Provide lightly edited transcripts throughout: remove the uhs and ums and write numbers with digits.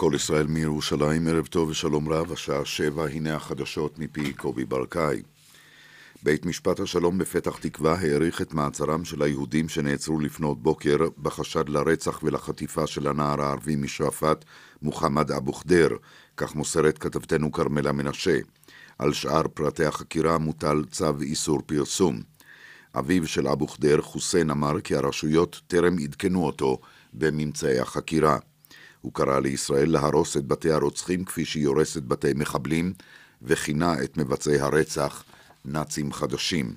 כל ישראל מירושלים, ערב טוב ושלום רב, השעה 7, הנה החדשות מפי קובי ברקאי. בית משפט השלום בפתח תקווה העריך את מעצרם של היהודים שנעצרו לפנות בוקר בחשד לרצח ולחטיפה של הנער הערבי משועפאט, מוחמד אבו ח'דיר, כך מוסרת כתבתנו כרמלה מנשה. על שאר פרטי החקירה מוטל צו איסור פרסום. אביו של אבו ח'דיר, חוסיין, אמר כי הרשויות טרם עדכנו אותו בממצאי החקירה. הוא קרא לישראל להרוס את בתי הרוצחים כפי שהיא הורסת בתי מחבלים, וכינה את מבצעי הרצח נאצים חדשים.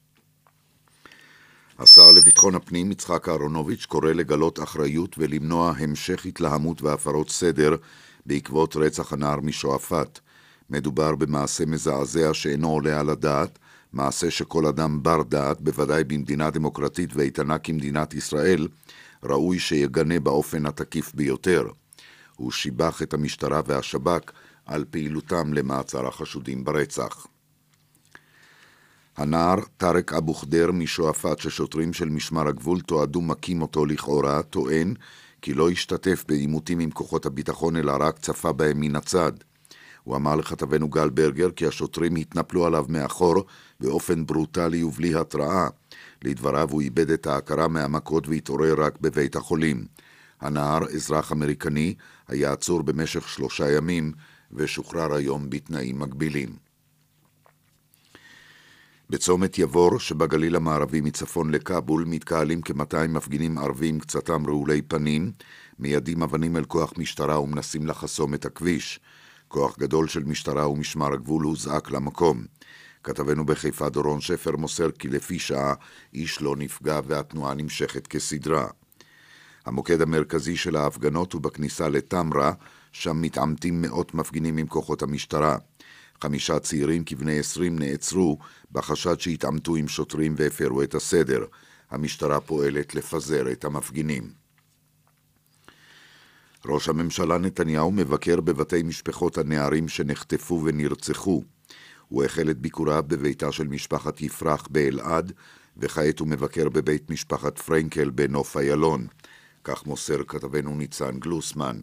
השר לביטחון הפנים יצחק אהרונוביץ' קורא לגלות אחריות ולמנוע המשך התלהמות והפרות סדר בעקבות רצח הנער משועפאט. מדובר במעשה מזעזע שאינו עולה על הדעת, מעשה שכל אדם בר דעת, בוודאי במדינה דמוקרטית ואיתנה כמדינת ישראל, ראוי שיגנה באופן התקיף ביותר. הוא שיבח את המשטרה והשב"כ על פעילותם למעצר החשודים ברצח. הנער טארק אבו ח'דיר משועפאט, ששוטרים של משמר הגבול תועדו מכים אותו לכאורה, טוען כי לא השתתף בעימותים עם כוחות הביטחון אלא רק צפה בהם מן הצד. הוא אמר לכתבנו גל ברגר כי השוטרים התנפלו עליו מאחור באופן ברוטלי ובלי התראה. לדבריו הוא איבד את ההכרה מהמכות והתעורר רק בבית החולים. הנער, אזרח אמריקני, היה עצור במשך 3 ימים ושוחרר היום בתנאים מגבילים. בצומת יבור שבגליל המערבי מצפון לקאבול מתקהלים כ-200 מפגינים ערבים, קצתם רעולי פנים, מיידים אבנים אל כוח משטרה ומנסים לחסום את הכביש. כוח גדול של משטרה ומשמר הגבול הוזעק למקום. כתבנו בחיפה דורון שפר מוסר כי לפי שעה איש לא נפגע והתנועה נמשכת כסדרה. המוקד המרכזי של ההפגנות הוא בכניסה לתמרה, שם מתעמתים מאות מפגינים עם כוחות המשטרה. 5 צעירים כבני 20 נעצרו בחשד שהתעמתו עם שוטרים והפרו את הסדר. המשטרה פועלת לפזר את המפגינים. ראש הממשלה נתניהו מבקר בבתי משפחות הנערים שנחטפו ונרצחו. הוא החל את ביקוריו בביתה של משפחת יפרח באלעד, וכעת הוא מבקר בבית משפחת פרנקל בנוף איילון. כך מוסר כתבנו ניצן גלוסמן.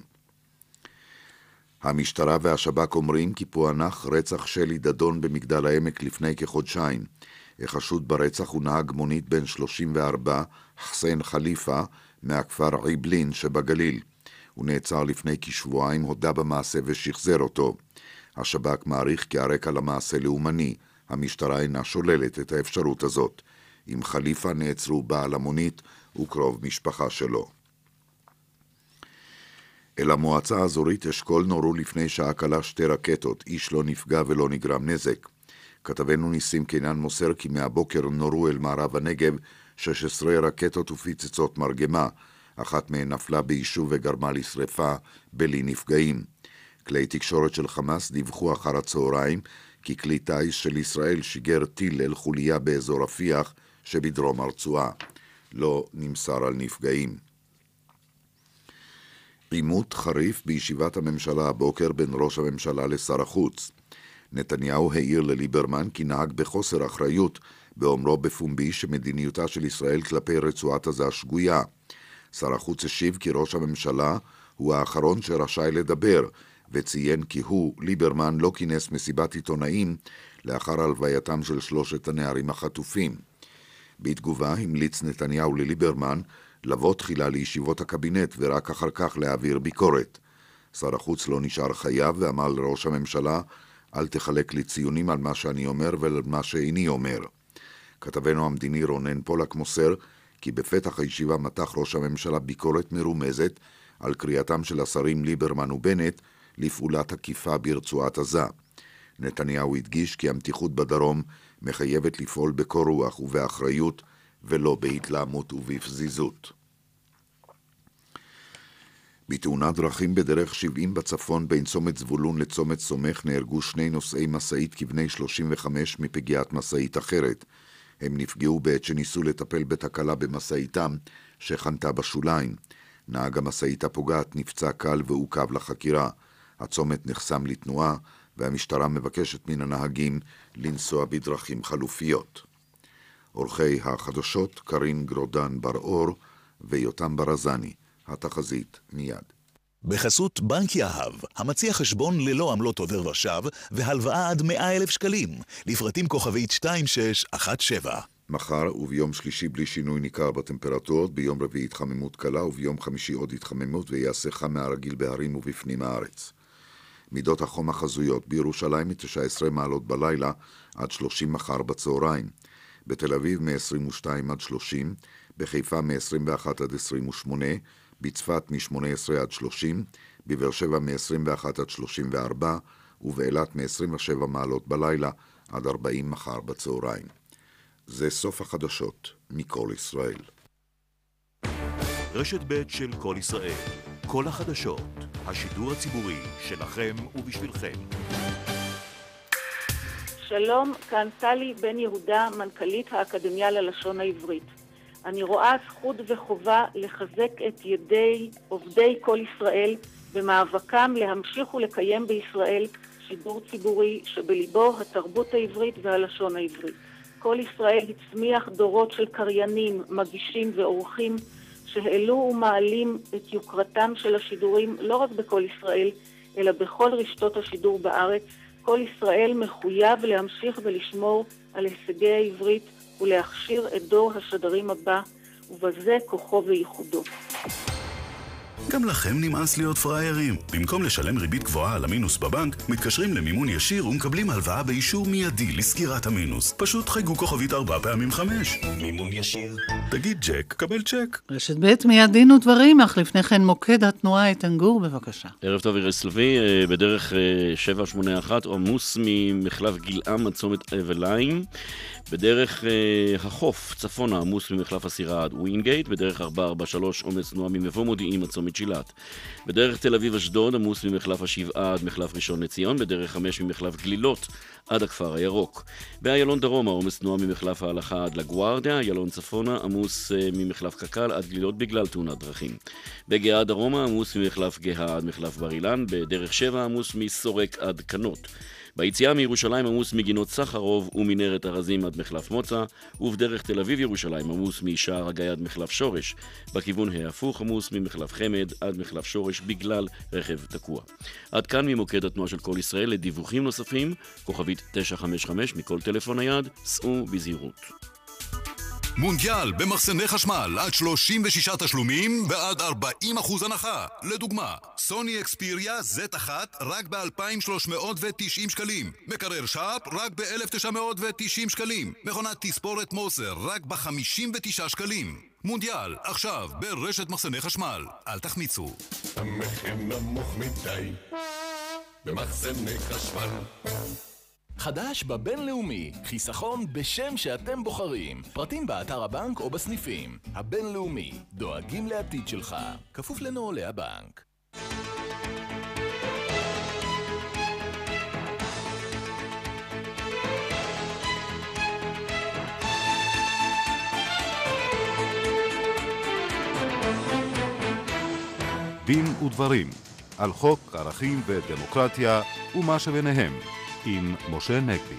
המשטרה והשב"כ אומרים כי פוענח רצח שלי דדון במגדל העמק לפני כחודשיים. החשוד ברצח הוא נהג מונית בן 34, חסיין חליפה, מהכפר עיבלין שבגליל. הוא נעצר לפני כשבועיים, הודה במעשה ושחזר אותו. השב"כ מעריך כי הרקע למעשה לאומני. המשטרה אינה שוללת את האפשרות הזאת. עם חליפה נעצרו בעל המונית וקרוב משפחה שלו. אל המועצה האזורית אשכול נורו לפני שעה קלה 2 רקטות, איש לא נפגע ולא נגרם נזק. כתבנו ניסים קינן מוסר כי מהבוקר נורו אל מערב הנגב 16 רקטות ופיצצות מרגמה, אחת מהן נפלה ביישוב וגרמה לשרפה בלי נפגעים. כלי תקשורת של חמאס דיווחו אחר הצהריים כי כלי טיס של ישראל שיגר טיל אל חוליה באזור רפיח שבדרום הרצועה. לא נמסר על נפגעים. עימות חריף בישיבת הממשלה הבוקר בין ראש הממשלה לשר החוץ. נתניהו העיר לליברמן כי נהג בחוסר אחריות באומרו בפומבי שמדיניותה של ישראל כלפי רצועת עזה שגויה. שר החוץ השיב כי ראש הממשלה הוא האחרון שרשאי לדבר, וציין כי הוא, ליברמן, לא כינס מסיבת עיתונאים לאחר הלווייתם של 3 הנערים החטופים. בתגובה המליץ נתניהו לליברמן לבוא תחילה לישיבות הקבינט ורק אחר כך להעביר ביקורת. שר החוץ לא נשאר חייב ואמר לראש הממשלה, אל תחלק לי ציונים על מה שאני אומר ועל מה שאיני אומר. כתבנו המדיני רונן פולק מוסר כי בפתח הישיבה מתח ראש הממשלה ביקורת מרומזת על קריאתם של השרים ליברמן ובנט לפעולת עקיפה ברצועת עזה. נתניהו הדגיש כי המתיחות בדרום מחייבת לפעול בקור רוח ובאחריות ולא בהתלהמות ובפזיזות. בתאונת דרכים בדרך 70 בצפון בין צומת זבולון לצומת סומך נהרגו 2 נוסעי מסעית כבני 35 מפגיעת מסעית אחרת. הם נפגעו בעת שניסו לטפל בתקלה במסעיתם שחנתה בשוליים. נהג המסעית הפוגעת נפצע קל ועוכב לחקירה. הצומת נחסם לתנועה והמשטרה מבקשת מן הנהגים לנסוע בדרכים חלופיות. עורכי החדשות קרין גרודן בר אור ויותם ברזני. התחזית מיד. בחסות בנק יהב, המציע חשבון ללא עמלות עובר ושב והלוואה עד 100,000 שקלים, לפרטים כוכבית 2617. מחר וביום שלישי בלי שינוי ניכר בטמפרטורות, ביום רביעי התחממות קלה וביום חמישי עוד התחממות ויעשה חם מהרגיל בהרים ובפנים הארץ. מידות החום החזויות בירושלים מ-19 מעלות בלילה עד 30 מחר בצהריים, בתל אביב מ-22 עד 30, בחיפה מ-21 עד 28, בצפת מ-18 עד 30, בבאר שבע מ-21 עד 34, ובאילת מ-27 מעלות בלילה עד 40 מחר בצהריים. זה סוף החדשות מכל ישראל. רשת ב' של כל ישראל. כל החדשות. השידור הציבורי שלכם ובשבילכם. שלום, כאן טלי בן יהודה, מנכ"לית האקדמיה ללשון העברית. אני רואה זכות וחובה לחזק את ידי עובדי כל ישראל במאבקם להמשיך ולקיים בישראל שידור ציבורי שבליבו התרבות העברית והלשון העברית. כל ישראל הצמיח דורות של קריינים, מגישים ואורחים שהעלו ומעלים את יוקרתם של השידורים לא רק בכל ישראל, אלא בכל רשתות השידור בארץ. כל ישראל מחויב להמשיך ולשמור על הישגי העברית ולהכשיר את דור השדרים הבא, ובזה כוחו וייחודו. גם לכם נמאס להיות פריירים. במקום לשלם ריבית גבוהה על המינוס בבנק, מתקשרים למימון ישיר ומקבלים הלוואה באישור מיידי לסגירת המינוס. פשוט חייגו כוכבית 4 פעמים 5. מימון ישיר. תגיד צ'ק, קבל צ'ק. רשת ב' מיד דין ודברים, אך לפני כן מוקד התנועה איתן גור, בבקשה. ערב טוב איריס לוי, בדרך 781 עמוס ממחלף גילעם עד צומת אבליים. בדרך החוף צפונה עמוס ממחלף הסירה עד ווינגייט, בדרך 443 עומס תנועה ממבוא מודיעין עד צומת שילת. בדרך תל אביב אשדוד עמוס ממחלף השבעה עד מחלף ראשון לציון, בדרך 5 ממחלף גלילות עד הכפר הירוק. באיילון דרומה עומס תנועה ממחלף ההלכה עד לגוארדיה, איילון צפונה עמוס ממחלף קקל עד גלילות בגלל תאונת דרכים. בגאה דרומה עמוס ממחלף גאה עד מחלף בר אילן, בדרך 7 עמוס מסורק עד קנות. ביציאה מירושלים עמוס מגינות סחרוב ומנהרת הרזים עד מחלף מוצא, ובדרך תל אביב ירושלים עמוס משער הגיא עד מחלף שורש. בכיוון ההפוך עמוס ממחלף חמד עד מחלף שורש בגלל רכב תקוע. עד כאן ממוקד התנועה של כל ישראל. לדיווחים נוספים, כוכבית 955 מכל טלפון נייד, סעו בזהירות. מונדיאל במחסני חשמל עד 36 תשלומים ועד 40% הנחה. לדוגמה, סוני אקספיריה Z1 רק ב-2,390 שקלים. מקרר שרפ רק ב-1,990 שקלים. מכונת תספורת מוסר רק ב-59 שקלים. מונדיאל, עכשיו ברשת מחסני חשמל. אל תחמיצו. המחיר נמוך מדי במחסני חשמל. חדש בבינלאומי, חיסכון בשם שאתם בוחרים. פרטים באתר הבנק או בסניפים. הבינלאומי, דואגים לעתיד שלך. כפוף לנוהלי הבנק. דין ודברים על חוק ערכים ודמוקרטיה ומה שביניהם. עם משה נגבי.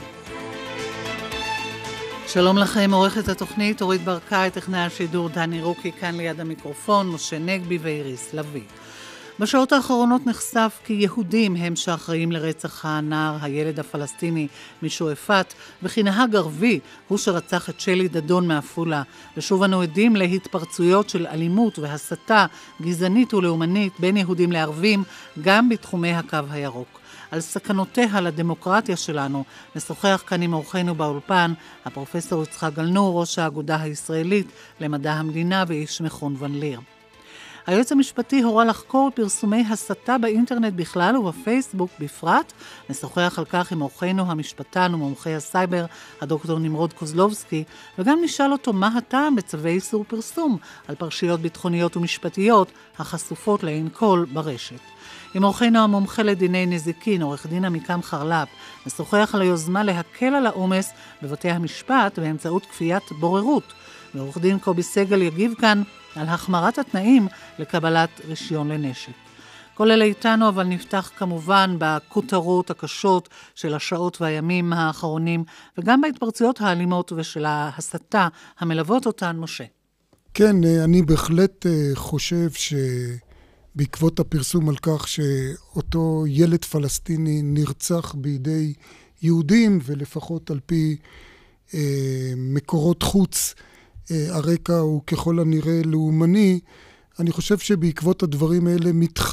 שלום לכם, עורכת התוכנית אורית ברקאי, טכנאי השידור דני רוקי, כאן ליד המיקרופון, משה נגבי ואיריס לוי. בשעות האחרונות נחשף כי יהודים הם שאחראים לרצח הנער הילד הפלסטיני משועפאט, וכי נהג ערבי הוא שרצח את שלי דדון מעפולה, ושוב אנו עדים להתפרצויות של אלימות והסתה גזענית ולאומנית בין יהודים לערבים, גם בתחומי הקו הירוק. על סכנותיה לדמוקרטיה שלנו נשוחח כאן עם אורחנו באולפן, הפרופסור יצחק גלנור, ראש האגודה הישראלית למדע המדינה ואיש מכון ון ליר. היועץ המשפטי הורה לחקור פרסומי הסתה באינטרנט בכלל ובפייסבוק בפרט. נשוחח על כך עם אורחנו המשפטן ומומחי הסייבר, הדוקטור נמרוד קוזלובסקי, וגם נשאל אותו מה הטעם בצווי איסור פרסום על פרשיות ביטחוניות ומשפטיות החשופות לעין כל ברשת. עם אורחנו המומחה לדיני נזיקין, עורך דין עמיקם חרל"פ, נשוחח על היוזמה להקל על העומס בבתי המשפט באמצעות כפיית בוררות. ועורך דין קובי סגל יגיב כאן על החמרת התנאים לקבלת רישיון לנשק. כל אלה איתנו, אבל נפתח כמובן בכותרות הקשות של השעות והימים האחרונים, וגם בהתפרצויות האלימות ושל ההסתה המלוות אותן, משה. כן, אני בהחלט חושב בעקבות הפרסום על כך שאותו ילד פלסטיני נרצח בידי יהודים, ולפחות על פי מקורות חוץ, הרקע הוא ככל הנראה לאומני. אני חושב שבעקבות הדברים האלה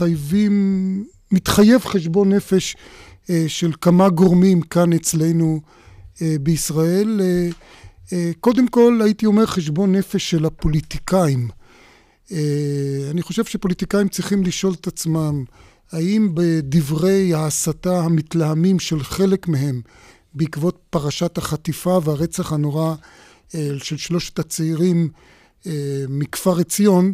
מתחייב חשבון נפש של כמה גורמים כאן אצלנו בישראל. קודם כל הייתי אומר חשבון נפש של הפוליטיקאים. אני חושב שפוליטיקאים צריכים לשאול את עצמם, האם בדברי ההסתה המתלהמים של חלק מהם, בעקבות פרשת החטיפה והרצח הנורא של 3 הצעירים מכפר עציון,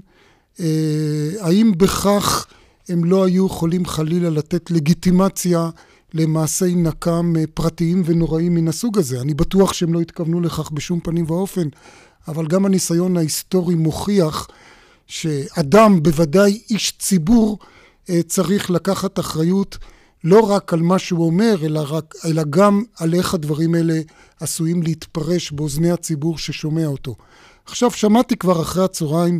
האם בכך הם לא היו יכולים חלילה לתת לגיטימציה למעשי נקם פרטיים ונוראים מן הסוג הזה? אני בטוח שהם לא התכוונו לכך בשום פנים ואופן, אבל גם הניסיון ההיסטורי מוכיח שאדם, בוודאי איש ציבור, צריך לקחת אחריות לא רק על מה שהוא אומר, אלא גם על איך הדברים האלה עשויים להתפרש באוזני הציבור ששומע אותו. עכשיו שמעתי כבר אחרי הצהריים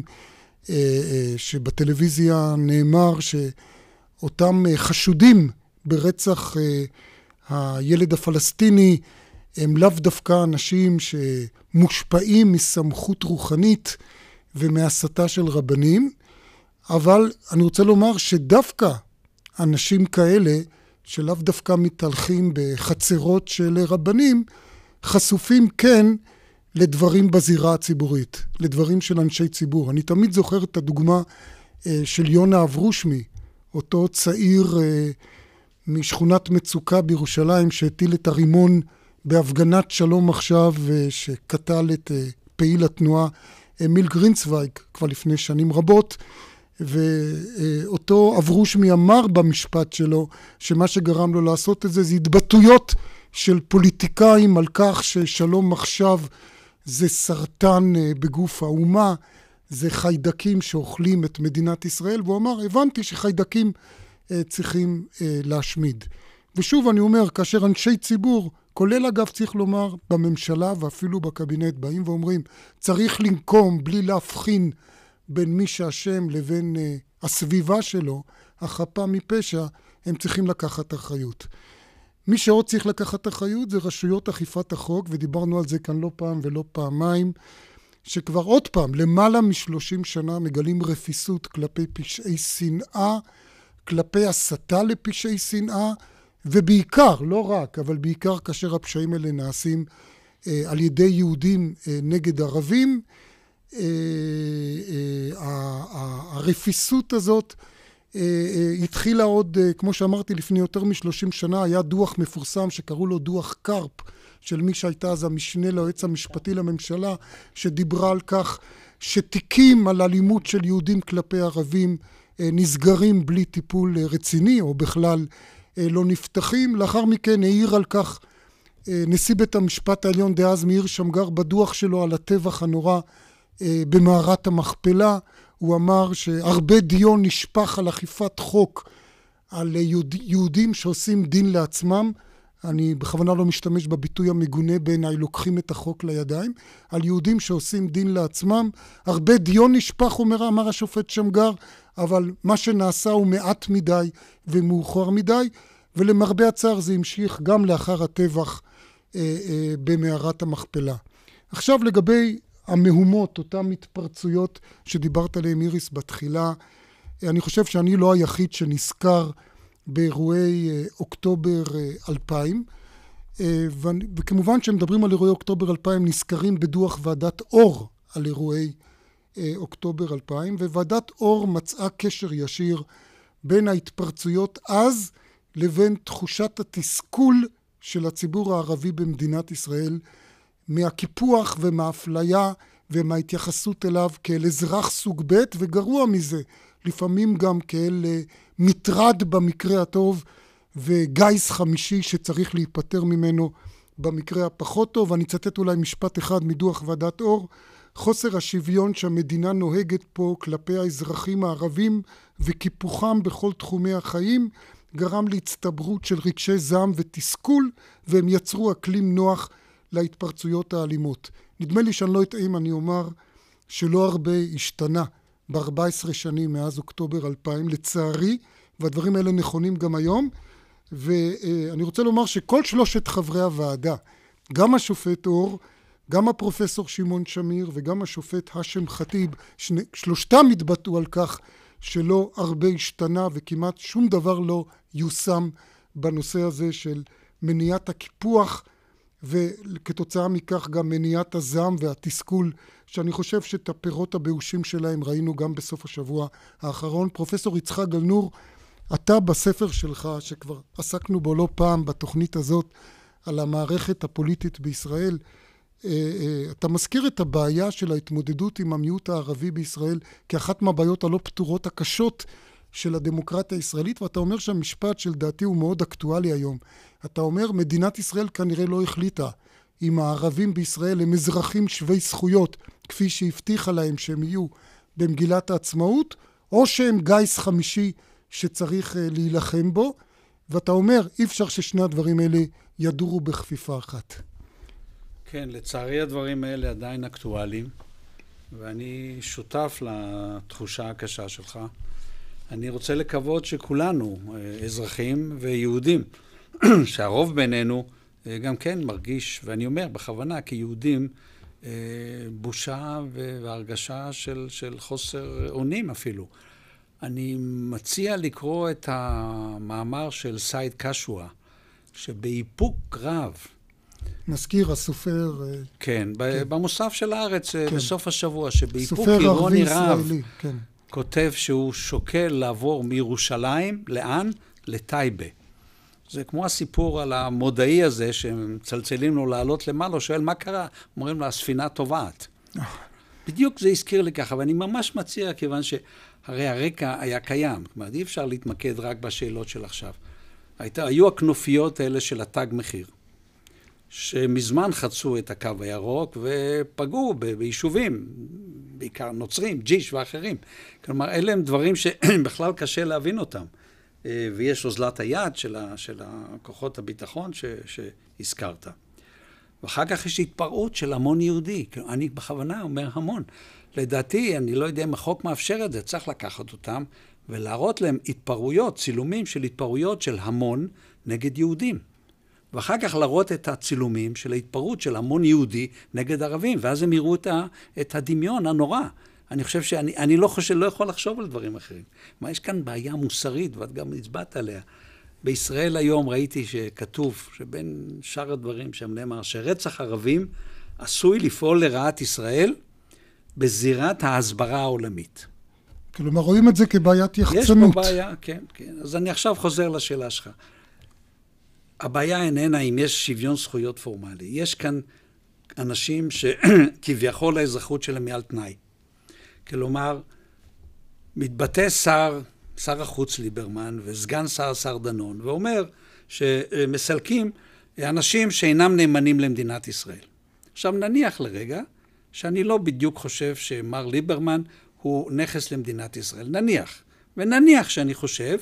שבטלוויזיה נאמר שאותם חשודים ברצח הילד הפלסטיני הם לאו דווקא אנשים שמושפעים מסמכות רוחנית ומהסתה של רבנים, אבל אני רוצה לומר שדווקא אנשים כאלה שלאו דווקא מתהלכים בחצרות של רבנים, חשופים כן לדברים בזירה הציבורית, לדברים של אנשי ציבור. אני תמיד זוכר את הדוגמה של יונה אברושמי, אותו צעיר משכונת מצוקה בירושלים שהטיל את הרימון בהפגנת שלום עכשיו, שקטל את פעיל התנועה אמיל גרינצוויג כבר לפני שנים רבות, ואותו אברושמי אמר במשפט שלו שמה שגרם לו לעשות את זה זה התבטאויות של פוליטיקאים על כך ששלום עכשיו זה סרטן בגוף האומה, זה חיידקים שאוכלים את מדינת ישראל, והוא אמר, הבנתי שחיידקים צריכים להשמיד. ושוב אני אומר, כאשר אנשי ציבור, כולל אגב צריך לומר בממשלה ואפילו בקבינט, באים ואומרים, צריך לנקום בלי להבחין בין מי שאשם לבין הסביבה שלו, החפה מפשע, הם צריכים לקחת אחריות. מי שעוד צריך לקחת אחריות זה רשויות אכיפת החוק, ודיברנו על זה כאן לא פעם ולא פעמיים, שכבר עוד פעם, למעלה מ-30 שנה מגלים רפיסות כלפי פשעי שנאה, כלפי הסתה לפשעי שנאה, ובעיקר, לא רק, אבל בעיקר כאשר הפשעים האלה נעשים על ידי יהודים נגד ערבים, הרפיסות הזאת התחילה עוד, כמו שאמרתי, לפני יותר מ-30 שנה. היה דוח מפורסם שקראו לו דוח קרפ, של מי שהייתה אז המשנה ליועץ המשפטי לממשלה, שדיברה על כך שתיקים על אלימות של יהודים כלפי ערבים נסגרים בלי טיפול רציני, או בכלל לא נפתחים. לאחר מכן העיר על כך נשיא בית המשפט העליון דאז מאיר שמגר בדוח שלו על הטבח הנורא במערת המכפלה. הוא אמר שהרבה דיון נשפך על אכיפת חוק, על יהודים שעושים דין לעצמם. אני בכוונה לא משתמש בביטוי המגונה בעיניי, לוקחים את החוק לידיים, על יהודים שעושים דין לעצמם. הרבה דיון נשפך, אמר השופט שמגר, אבל מה שנעשה הוא מעט מדי ומאוחר מדי, ולמרבה הצער זה המשיך גם לאחר הטבח במערת המכפלה. עכשיו לגבי המהומות, אותם התפרצויות שדיברת עליהם איריס בתחילה, אני חושב שאני לא היחיד שנזכר באירועי אוקטובר 2000, וכמובן שמדברים על אירועי אוקטובר 2000 נזכרים בדוח ועדת אור על אירועי אוקטובר 2000, וועדת אור מצאה קשר ישיר בין ההתפרצויות אז לבין תחושת התסכול של הציבור הערבי במדינת ישראל מהקיפוח ומהאפליה ומההתייחסות אליו כאל אזרח סוג ב', וגרוע מזה, לפעמים גם כאל מטרד במקרה הטוב וגייס חמישי שצריך להיפטר ממנו במקרה הפחות טוב. אני אצטט אולי משפט אחד מדוח ועדת אור: חוסר השוויון שהמדינה נוהגת פה כלפי האזרחים הערבים וקיפוחם בכל תחומי החיים גרם להצטברות של רגשי זעם ותסכול, והם יצרו אקלים נוח להתפרצויות האלימות. נדמה לי שאני לא אטעים, אני אומר שלא הרבה השתנה ב-14 שנים מאז אוקטובר 2000, לצערי, והדברים האלה נכונים גם היום, ואני רוצה לומר שכל שלושת חברי הוועדה, גם השופט אור, גם הפרופסור שמעון שמיר וגם השופט השם חטיב, שלושתם התבטאו על כך שלא הרבה השתנה וכמעט שום דבר לא יושם בנושא הזה של מניעת הקיפוח, וכתוצאה מכך גם מניעת הזעם והתסכול, שאני חושב שאת הפירות הבאושים שלהם ראינו גם בסוף השבוע האחרון. פרופסור יצחק גלנור, אתה בספר שלך, שכבר עסקנו בו לא פעם בתוכנית הזאת, על המערכת הפוליטית בישראל, אתה מזכיר את הבעיה של ההתמודדות עם המיעוט הערבי בישראל כאחת מהבעיות הלא פתורות הקשות של הדמוקרטיה הישראלית, ואתה אומר שהמשפט שלדעתי הוא מאוד אקטואלי היום. אתה אומר, מדינת ישראל כנראה לא החליטה אם הערבים בישראל הם אזרחים שווי זכויות, כפי שהבטיחה להם שהם יהיו במגילת העצמאות, או שהם גיס חמישי שצריך להילחם בו, ואתה אומר, אי אפשר ששני הדברים האלה ידורו בכפיפה אחת. כן, לצערי הדברים האלה עדיין אקטואליים, ואני שותף לתחושה הקשה שלך. אני רוצה לקוות שכולנו אזרחים ויהודים, שהרוב בינינו גם כן מרגיש, ואני אומר בכוונה כיהודים, בושה והרגשה של חוסר אונים אפילו. אני מציע לקרוא את המאמר של סייד קשוע, שבאיפוק רב, מזכיר הסופר... כן, במוסף של הארץ בסוף השבוע, שבאיפוק אירוני רב כותב שהוא שוקל לעבור מירושלים, לאן? לטייבה. זה כמו הסיפור על המודעי הזה, שמצלצלים לו לעלות למעלה, שואל מה קרה? אומרים לו, הספינה טובעת. בדיוק זה הזכיר לי ככה, ואני ממש מציע, כיוון שהרי הרקע היה קיים. זאת אומרת, אי אפשר להתמקד רק בשאלות של עכשיו. היו הכנופיות האלה של התג מחיר, שמזמן חצו את הקו הירוק ופגעו ביישובים, בעיקר נוצרים, ג'יש ואחרים. כלומר, אלה הם דברים שבכלל קשה להבין אותם. ויש אוזלת היד של הכוחות הביטחון שהזכרת. ואחר כך יש התפרעות של המון יהודי. אני בכוונה אומר המון. לדעתי, אני לא יודע אם החוק מאפשר את זה, צריך לקחת אותם ולהראות להם התפרעויות, צילומים של התפרעויות של המון נגד יהודים. ואחר כך להראות את הצילומים של ההתפרעות של המון יהודי נגד ערבים, ואז הם יראו את הדמיון הנורא. אני חושב שאני לא יכול לחשוב על דברים אחרים. מה, יש כאן בעיה מוסרית, ואת גם הצבעת עליה. בישראל היום ראיתי שכתוב, שבין שאר הדברים שם נאמר, שרצח ערבים עשוי לפעול לרעת ישראל בזירת ההסברה העולמית. כלומר, רואים את זה כבעיית יחצנות. יש פה בעיה, כן, כן. אז אני עכשיו חוזר לשאלה שלך. הבעיה איננה אם יש שוויון זכויות פורמלי. יש כאן אנשים שכביכול האזרחות שלהם מעל תנאי. כלומר, מתבטא שר החוץ ליברמן וסגן שר דנון, ואומר שמסלקים אנשים שאינם נאמנים למדינת ישראל. עכשיו נניח לרגע שאני לא בדיוק חושב שמר ליברמן הוא נכס למדינת ישראל. נניח. ונניח שאני חושב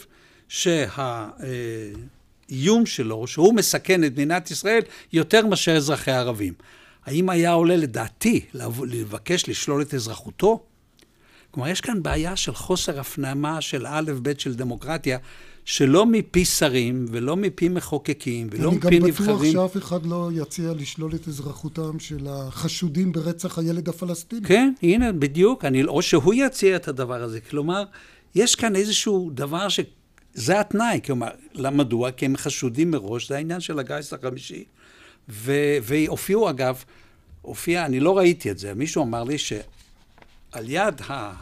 שהאיום שלו, שהוא מסכן את מדינת ישראל יותר מאשר אזרחי הערבים. האם היה עולה לדעתי לבקש לשלול את אזרחותו? כלומר, יש כאן בעיה של חוסר הפנמה של א' ב' של דמוקרטיה, שלא מפי שרים ולא מפי מחוקקים ולא מפי נבחרים. אני גם בטוח שאף אחד לא יציע לשלול את אזרחותם של החשודים ברצח הילד הפלסטיני. כן, הנה, בדיוק. או שהוא יציע את הדבר הזה. כלומר, יש כאן איזשהו דבר שזה התנאי. כלומר, מדוע? כי הם חשודים מראש, זה העניין של הגיס החמישי. והופיעו, אגב, אני לא ראיתי את זה, מישהו אמר לי על יד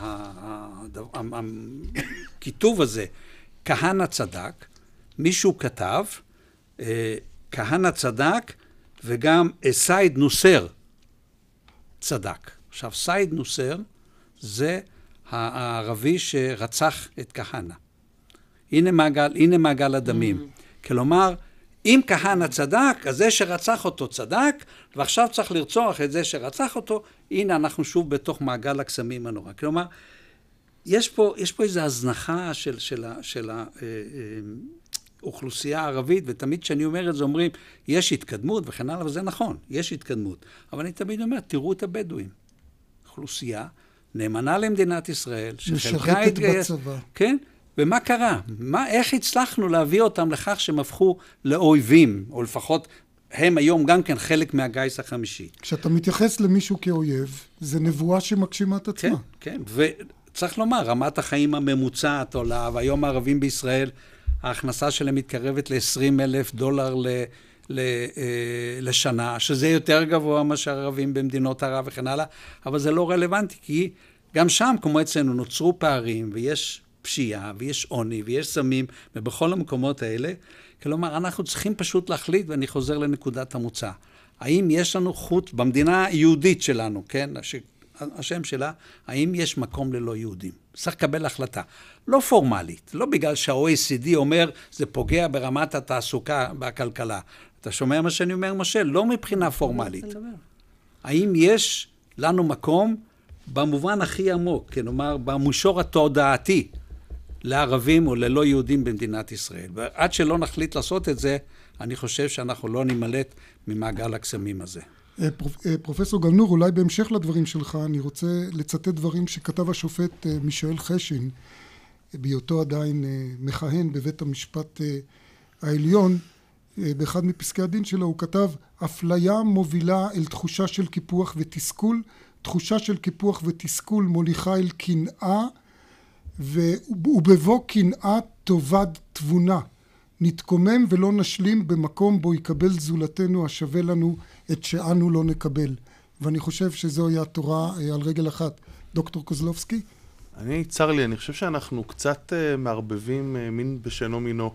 הכיתוב הזה, כהנא צדק, מישהו כתב, כהנא צדק, וגם סייד נוסר צדק. עכשיו, סייד נוסר זה הערבי שרצח את כהנא. הנה מעגל הדמים. כלומר, אם כהנא צדק, אז זה שרצח אותו צדק, ועכשיו צריך לרצוח את זה שרצח אותו, הנה אנחנו שוב בתוך מעגל הקסמים הנורא. כלומר, יש פה איזו הזנחה של האוכלוסייה הערבית, ותמיד כשאני אומר את זה אומרים, יש התקדמות וכן הלאה, וזה נכון, יש התקדמות. אבל אני תמיד אומר, תראו את הבדואים. אוכלוסייה נאמנה למדינת ישראל, שחלקה התגייס. כן? ומה קרה? איך הצלחנו להביא אותם לכך שהם הפכו לאויבים, או לפחות הם היום גם כן חלק מהגיס החמישי. כשאתה מתייחס למישהו כאויב, זה נבואה שמגשימה את עצמה. כן, וצריך לומר, רמת החיים הממוצעת עולה, והיום הערבים בישראל, ההכנסה שלהם מתקרבת ל$20,000 לשנה, שזה יותר גבוה מאשר ערבים במדינות ערב וכן הלאה, אבל זה לא רלוונטי, כי גם שם, כמו אצלנו, נוצרו פערים, ויש פשיעה, ויש עוני, ויש סמים, ובכל המקומות האלה, כלומר, אנחנו צריכים פשוט להחליט, ואני חוזר לנקודת המוצא. האם יש לנו חוט, במדינה היהודית שלנו, כן, השם שלה, האם יש מקום ללא יהודים? צריך לקבל החלטה. לא פורמלית, לא בגלל שה-OECD אומר, זה פוגע ברמת התעסוקה והכלכלה. אתה שומע מה שאני אומר, משה? לא מבחינה פורמלית. האם יש לנו מקום במובן הכי עמוק, כלומר, במישור התודעתי, לערבים או ללא יהודים במדינת ישראל. ועד שלא נחליט לעשות את זה, אני חושב שאנחנו לא נמלט ממעגל הקסמים הזה. פרופסור גלנור, אולי בהמשך לדברים שלך, אני רוצה לצטט דברים שכתב השופט מישאל חשין, בהיותו עדיין מכהן בבית המשפט העליון, באחד מפסקי הדין שלו הוא כתב, אפליה מובילה אל תחושה של קיפוח ותסכול, תחושה של קיפוח ותסכול מוליכה אל קנאה, ובבוא קנאה תאבד תבונה. נתקומם ולא נשלים במקום בו יקבל זולתנו השווה לנו את שאנו לא נקבל. ואני חושב שזוהי התורה על רגל אחת. דוקטור קוזלובסקי? צר לי, אני חושב שאנחנו קצת מערבבים מין בשנו מינו.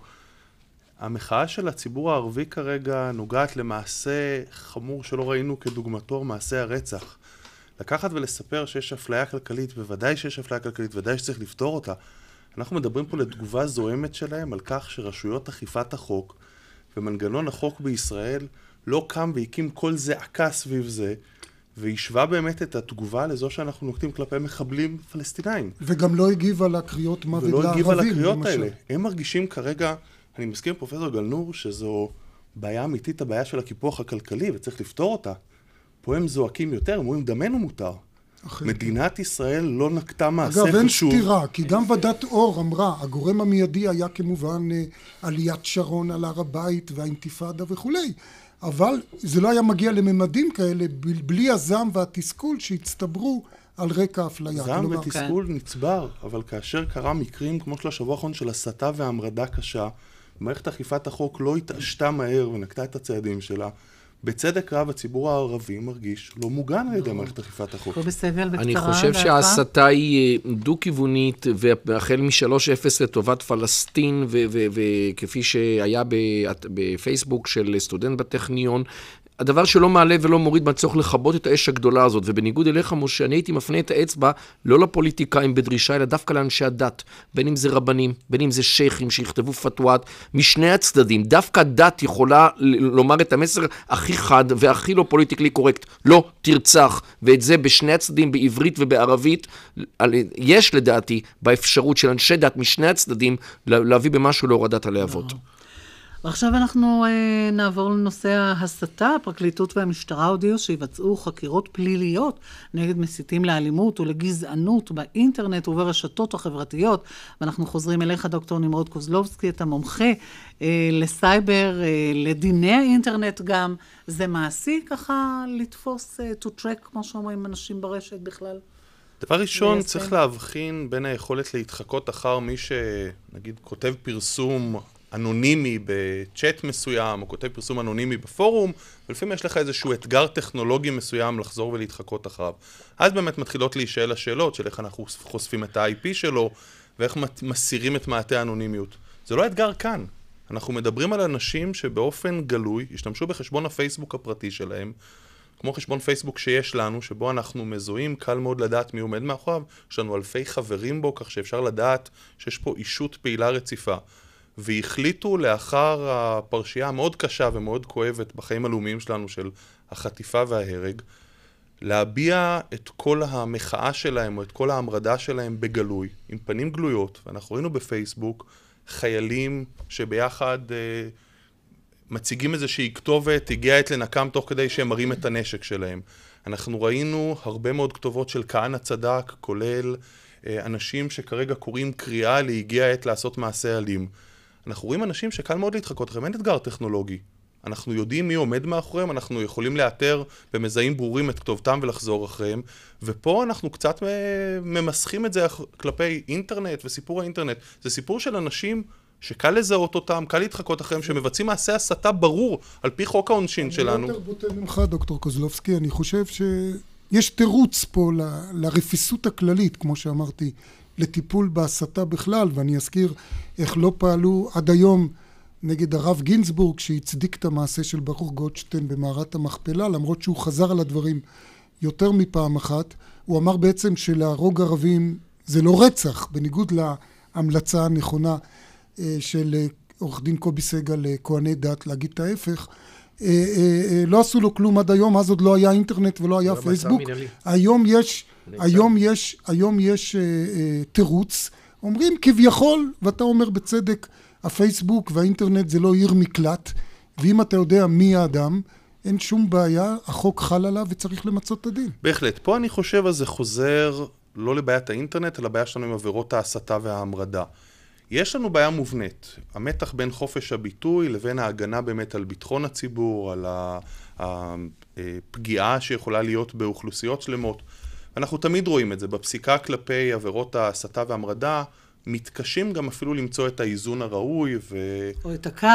המחאה של הציבור הערבי כרגע נוגעת למעשה חמור שלא ראינו כדוגמתו, מעשה הרצח. לקחת ולספר שיש אפליה כלכלית, בוודאי שיש אפליה כלכלית, ודאי שצריך לפתור אותה. אנחנו מדברים פה לתגובה זוהמת שלהם על כך שרשויות אכיפת החוק ומנגנון החוק בישראל לא קם והקים כל זעקה סביב זה, והשווה באמת את התגובה לזו שאנחנו נוקטים כלפי מחבלים פלסטינאים. וגם לא הגיב על הקריאות מוות לערבים. ולא הגיב על הקריאות האלה. הם מרגישים כרגע, אני מסכים עם פרופסור גלנור, שזו בעיה אמיתית, הבעיה של הקיפוח הכלכלי, וצריך לפתור אותה. פה הם זועקים יותר, הם אומרים, דמנו מותר. מדינת ישראל לא נקטה מעשה חשוב. אגב, אין סתירה, כי גם ועדת אור אמרה, הגורם המיידי היה כמובן עליית שרון על הר הבית והאינתיפאדה וכולי, אבל זה לא היה מגיע לממדים כאלה בלי הזעם והתסכול שהצטברו על רקע האפליה. זעם ותסכול נצבר, אבל כאשר קרה מקרים כמו של השבוע האחרון של הסתה והמרדה קשה, מערכת אכיפת החוק לא התעשתה מהר ונקטה את הצעדים שלה, בצדק רב הציבור הערבי מרגיש לא מוגן על ידי מערכת אכיפת החוק. אני חושב שההסתה היא דו-כיוונית, והחל מ-3-0 לטובת פלסטין, וכפי שהיה בפייסבוק של סטודנט בטכניון, הדבר שלא מעלה ולא מוריד מהצורך לכבות את האש הגדולה הזאת, ובניגוד אליך, משה, אני הייתי מפנה את האצבע לא לפוליטיקאים בדרישה, אלא דווקא לאנשי הדת, בין אם זה רבנים, בין אם זה שייכים שיכתבו פתוות, משני הצדדים. דווקא דת יכולה לומר את המסר הכי חד והכי לא פוליטיקלי קורקט, לא תרצח, ואת זה בשני הצדדים, בעברית ובערבית, יש לדעתי באפשרות של אנשי דת משני הצדדים להביא במשהו להורדת הלהבות. ועכשיו אנחנו נעבור לנושא ההסתה. הפרקליטות והמשטרה הודיעו שיבצעו חקירות פליליות נגד מסיתים לאלימות ולגזענות באינטרנט וברשתות החברתיות. ואנחנו חוזרים אליך, דוקטור נמרוד קוזלובסקי, אתה מומחה לסייבר, לדיני האינטרנט גם. זה מעשי ככה לתפוס to track, כמו שאומרים אנשים ברשת בכלל? דבר ראשון, צריך להבחין בין היכולת להתחקות אחר מי שנגיד כותב פרסום אנונימי בצ'אט מסוים, או כותב פרסום אנונימי בפורום, ולפעמים יש לך איזשהו אתגר טכנולוגי מסוים לחזור ולהתחקות אחריו. אז באמת מתחילות להישאל השאלות של איך אנחנו חושפים את ה-IP שלו, ואיך מסירים את מעטה האנונימיות. זה לא אתגר כאן. אנחנו מדברים על אנשים שבאופן גלוי השתמשו בחשבון הפייסבוק הפרטי שלהם, כמו חשבון פייסבוק שיש לנו, שבו אנחנו מזוהים, קל מאוד לדעת מי עומד מאחוריו, יש לנו אלפי חברים בו, כך שאפשר לדעת שיש פה אישות פעילה רציפה. והחליטו לאחר הפרשייה המאוד קשה ומאוד כואבת בחיים הלאומיים שלנו של החטיפה וההרג, להביע את כל המחאה שלהם או את כל ההמרדה שלהם בגלוי, עם פנים גלויות. ואנחנו ראינו בפייסבוק חיילים שביחד מציגים איזושהי כתובת, הגיעה עת לנקם תוך כדי שהם מראים את הנשק שלהם. אנחנו ראינו הרבה מאוד כתובות של כהנא צדק, כולל אנשים שכרגע קוראים קריאה להגיע עת לעשות מעשה אלים. אנחנו רואים אנשים שקל מאוד להתחקות אחריהם, אין אתגר טכנולוגי. אנחנו יודעים מי עומד מאחוריהם, אנחנו יכולים לאתר במזהים ברורים את כתובתם ולחזור אחריהם, ופה אנחנו קצת ממסכים את זה כלפי אינטרנט וסיפור האינטרנט. זה סיפור של אנשים שקל לזהות אותם, קל להתחקות אחריהם, שמבצעים מעשה הסתה ברור על פי חוק העונשין שלנו. אני יותר בוטה ממך, דוקטור קוזלובסקי, אני חושב שיש תירוץ פה לרפיסות הכללית, כמו שאמרתי, לטיפול בהסתה בכלל, ואני אזכיר איך לא פעלו עד היום נגד הרב גינסבורג, שהצדיק את המעשה של ברוך גולדשטיין במערת המכפלה, למרות שהוא חזר על הדברים יותר מפעם אחת. הוא אמר בעצם שלהרוג ערבים זה לא רצח, בניגוד להמלצה הנכונה של עורך דין קובי סגל לכהני דת, להגיד את ההפך. לא עשו לו כלום עד היום, אז עוד לא היה אינטרנט ולא היה פייסבוק. היום יש תירוץ, אומרים כביכול, ואתה אומר בצדק, הפייסבוק והאינטרנט זה לא עיר מקלט, ואם אתה יודע מי האדם, אין שום בעיה, החוק חל עליו וצריך למצות את הדין. בהחלט, פה אני חושב אז זה חוזר לא לבעיית האינטרנט, אלא בעיה שלנו עם עבירות ההסתה וההמרדה. יש לנו בעיה מובנית, המתח בין חופש הביטוי לבין ההגנה באמת על ביטחון הציבור, על הפגיעה שיכולה להיות באוכלוסיות שלמות. אנחנו תמיד רואים את זה, בפסיקה כלפי עבירות ההסתה וההמרדה, מתקשים גם אפילו למצוא את האיזון הראוי או את הקו,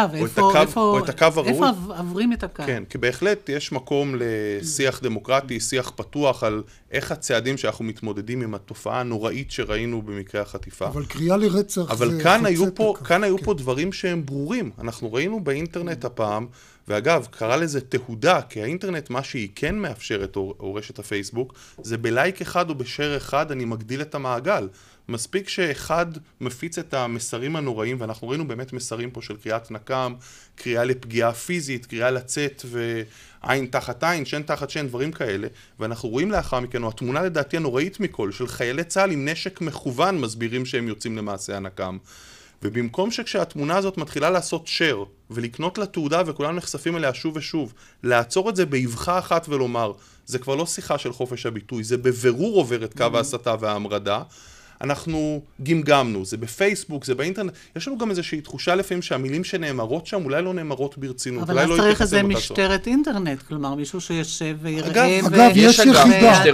איפה עברים את הקו. כן, כי בהחלט יש מקום לשיח דמוקרטי, שיח פתוח על איך הצעדים שאנחנו מתמודדים עם התופעה הנוראית שראינו במקרה החטיפה. אבל קריאה לרצח אבל כאן היו פה דברים שהם ברורים. אנחנו ראינו באינטרנט הפעם, ואגב, קרא לזה תהודה, כי האינטרנט, מה שהיא כן מאפשרת, או רשת הפייסבוק, זה בלייק אחד או בשיר אחד, אני מגדיל את המעגל. מספיק שאחד מפיץ את המסרים הנוראים, ואנחנו ראינו באמת מסרים פה של קריאת נקם, קריאה לפגיעה פיזית, קריאה לצאת ועין תחת עין, שן תחת שן, דברים כאלה, ואנחנו רואים לאחר מכן, התמונה לדעתי הנוראית מכל, של חיילי צה"ל עם נשק מכוון מסבירים שהם יוצאים למעשה הנקם. ובמקום שכשהתמונה הזאת מתחילה לעשות share ולקנות לה תעודה וכולם נחשפים אליה שוב ושוב, לעצור את זה באבחה אחת ולומר, זה כבר לא שיחה של חופש הביטוי, זה בבירור עובר את קו ההסתה וההמרדה, אנחנו גמגמנו, זה בפייסבוק, זה באינטרנט, יש לנו גם איזושהי תחושה לפעמים שהמילים שנאמרות שם אולי לא נאמרות ברצינות, אבל אז צריך איזה משטרת אינטרנט, כלומר מישהו שישב ויראה אגב, יש יחידה.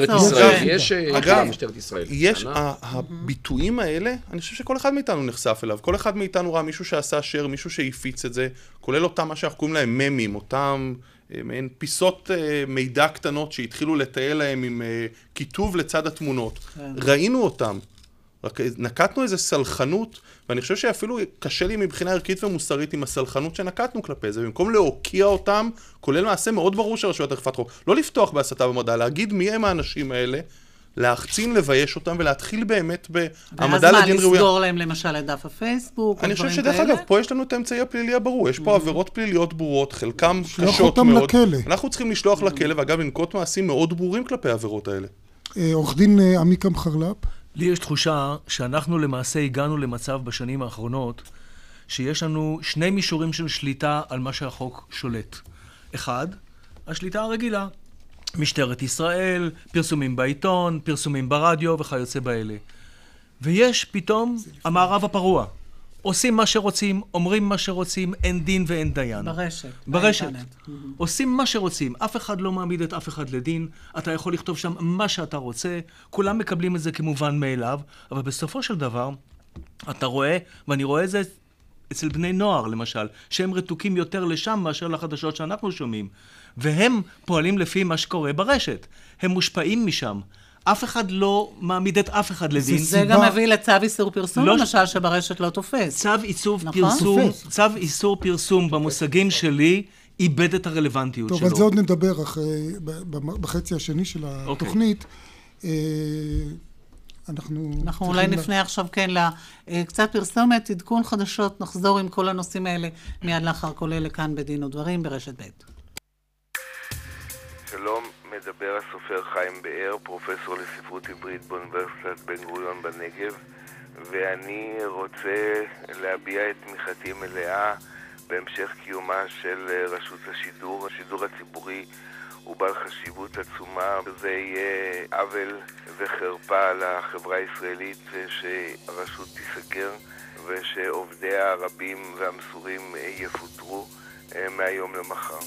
משטרת ישראל. יש, הביטויים האלה, אני חושב שכל אחד מאיתנו נחשף אליו, כל אחד מאיתנו ראה מישהו שעשה share, מישהו שהפיץ את זה, כולל אותם מה שאנחנו קוראים להם ממים, אותם מעין פיסות מידע קטנות שהתחילו לתאר להם עם כיתוב לצד התמונות. ראינו אותם. רק נקטנו איזו סלחנות, ואני חושב שאפילו קשה לי מבחינה ערכית ומוסרית עם הסלחנות שנקטנו כלפי זה, במקום להוקיע אותם, כולל מעשה מאוד ברור של רשויות אכיפת חוק, לא לפתוח בהסתה במודעה, להגיד מי הם האנשים האלה, להחצין, לבייש אותם, ולהתחיל באמת בהעמדה לדין ראויה. ואז מה, לסגור להם למשל את דף הפייסבוק? אני חושב שדרך אגב, פה יש לנו את האמצעי הפלילי הברור, יש פה עבירות פליליות ברורות, חלקם קשות מאוד. אנחנו צריכים לשלוח לכלא, ואגב, לנקוט מעשים מאוד ברורים כלפי העבירות האלה. עורך דין עמיקם חרל"פ. לי יש תחושה שאנחנו למעשה הגענו למצב בשנים האחרונות שיש לנו שני מישורים של שליטה על מה שהחוק שולט. אחד, השליטה הרגילה. משטרת ישראל, פרסומים בעיתון, פרסומים ברדיו וכיוצא באלה. ויש פתאום המערב הפרוע. עושים מה שרוצים, אומרים מה שרוצים, אין דין ואין דיין. ברשת. עושים מה שרוצים, אף אחד לא מעמיד את אף אחד לדין, אתה יכול לכתוב שם מה שאתה רוצה, כולם מקבלים את זה כמובן מאליו, אבל בסופו של דבר, אתה רואה, ואני רואה את זה אצל בני נוער למשל, שהם רתוקים יותר לשם מאשר לחדשות שאנחנו שומעים, והם פועלים לפי מה שקורה ברשת, הם מושפעים משם. אף אחד לא מעמיד את אף אחד לדין. זה גם מביא לצו איסור פרסום, למשל, שברשת לא תופס. צו איסור פרסום במושגים שלי איבד את הרלוונטיות שלו. טוב, על זה עוד נדבר בחצי השני של התוכנית. אנחנו אולי נפנה עכשיו כן לקצת פרסומת, עדכון חדשות, נחזור עם כל הנושאים האלה מיד לאחר כל אלה כאן בדין ודברים ברשת ב'. שלום, מדבר הסופר חיים באר, פרופסור לספרות עברית באוניברסיטת בן גוריון בנגב, ואני רוצה להביע את תמיכתי מלאה בהמשך קיומה של רשות השידור. השידור הציבורי הוא בעל חשיבות עצומה, וזה יהיה עוול וחרפה לחברה הישראלית שהרשות תיסגר ושעובדיה הרבים והמסורים יפוטרו מהיום למחר.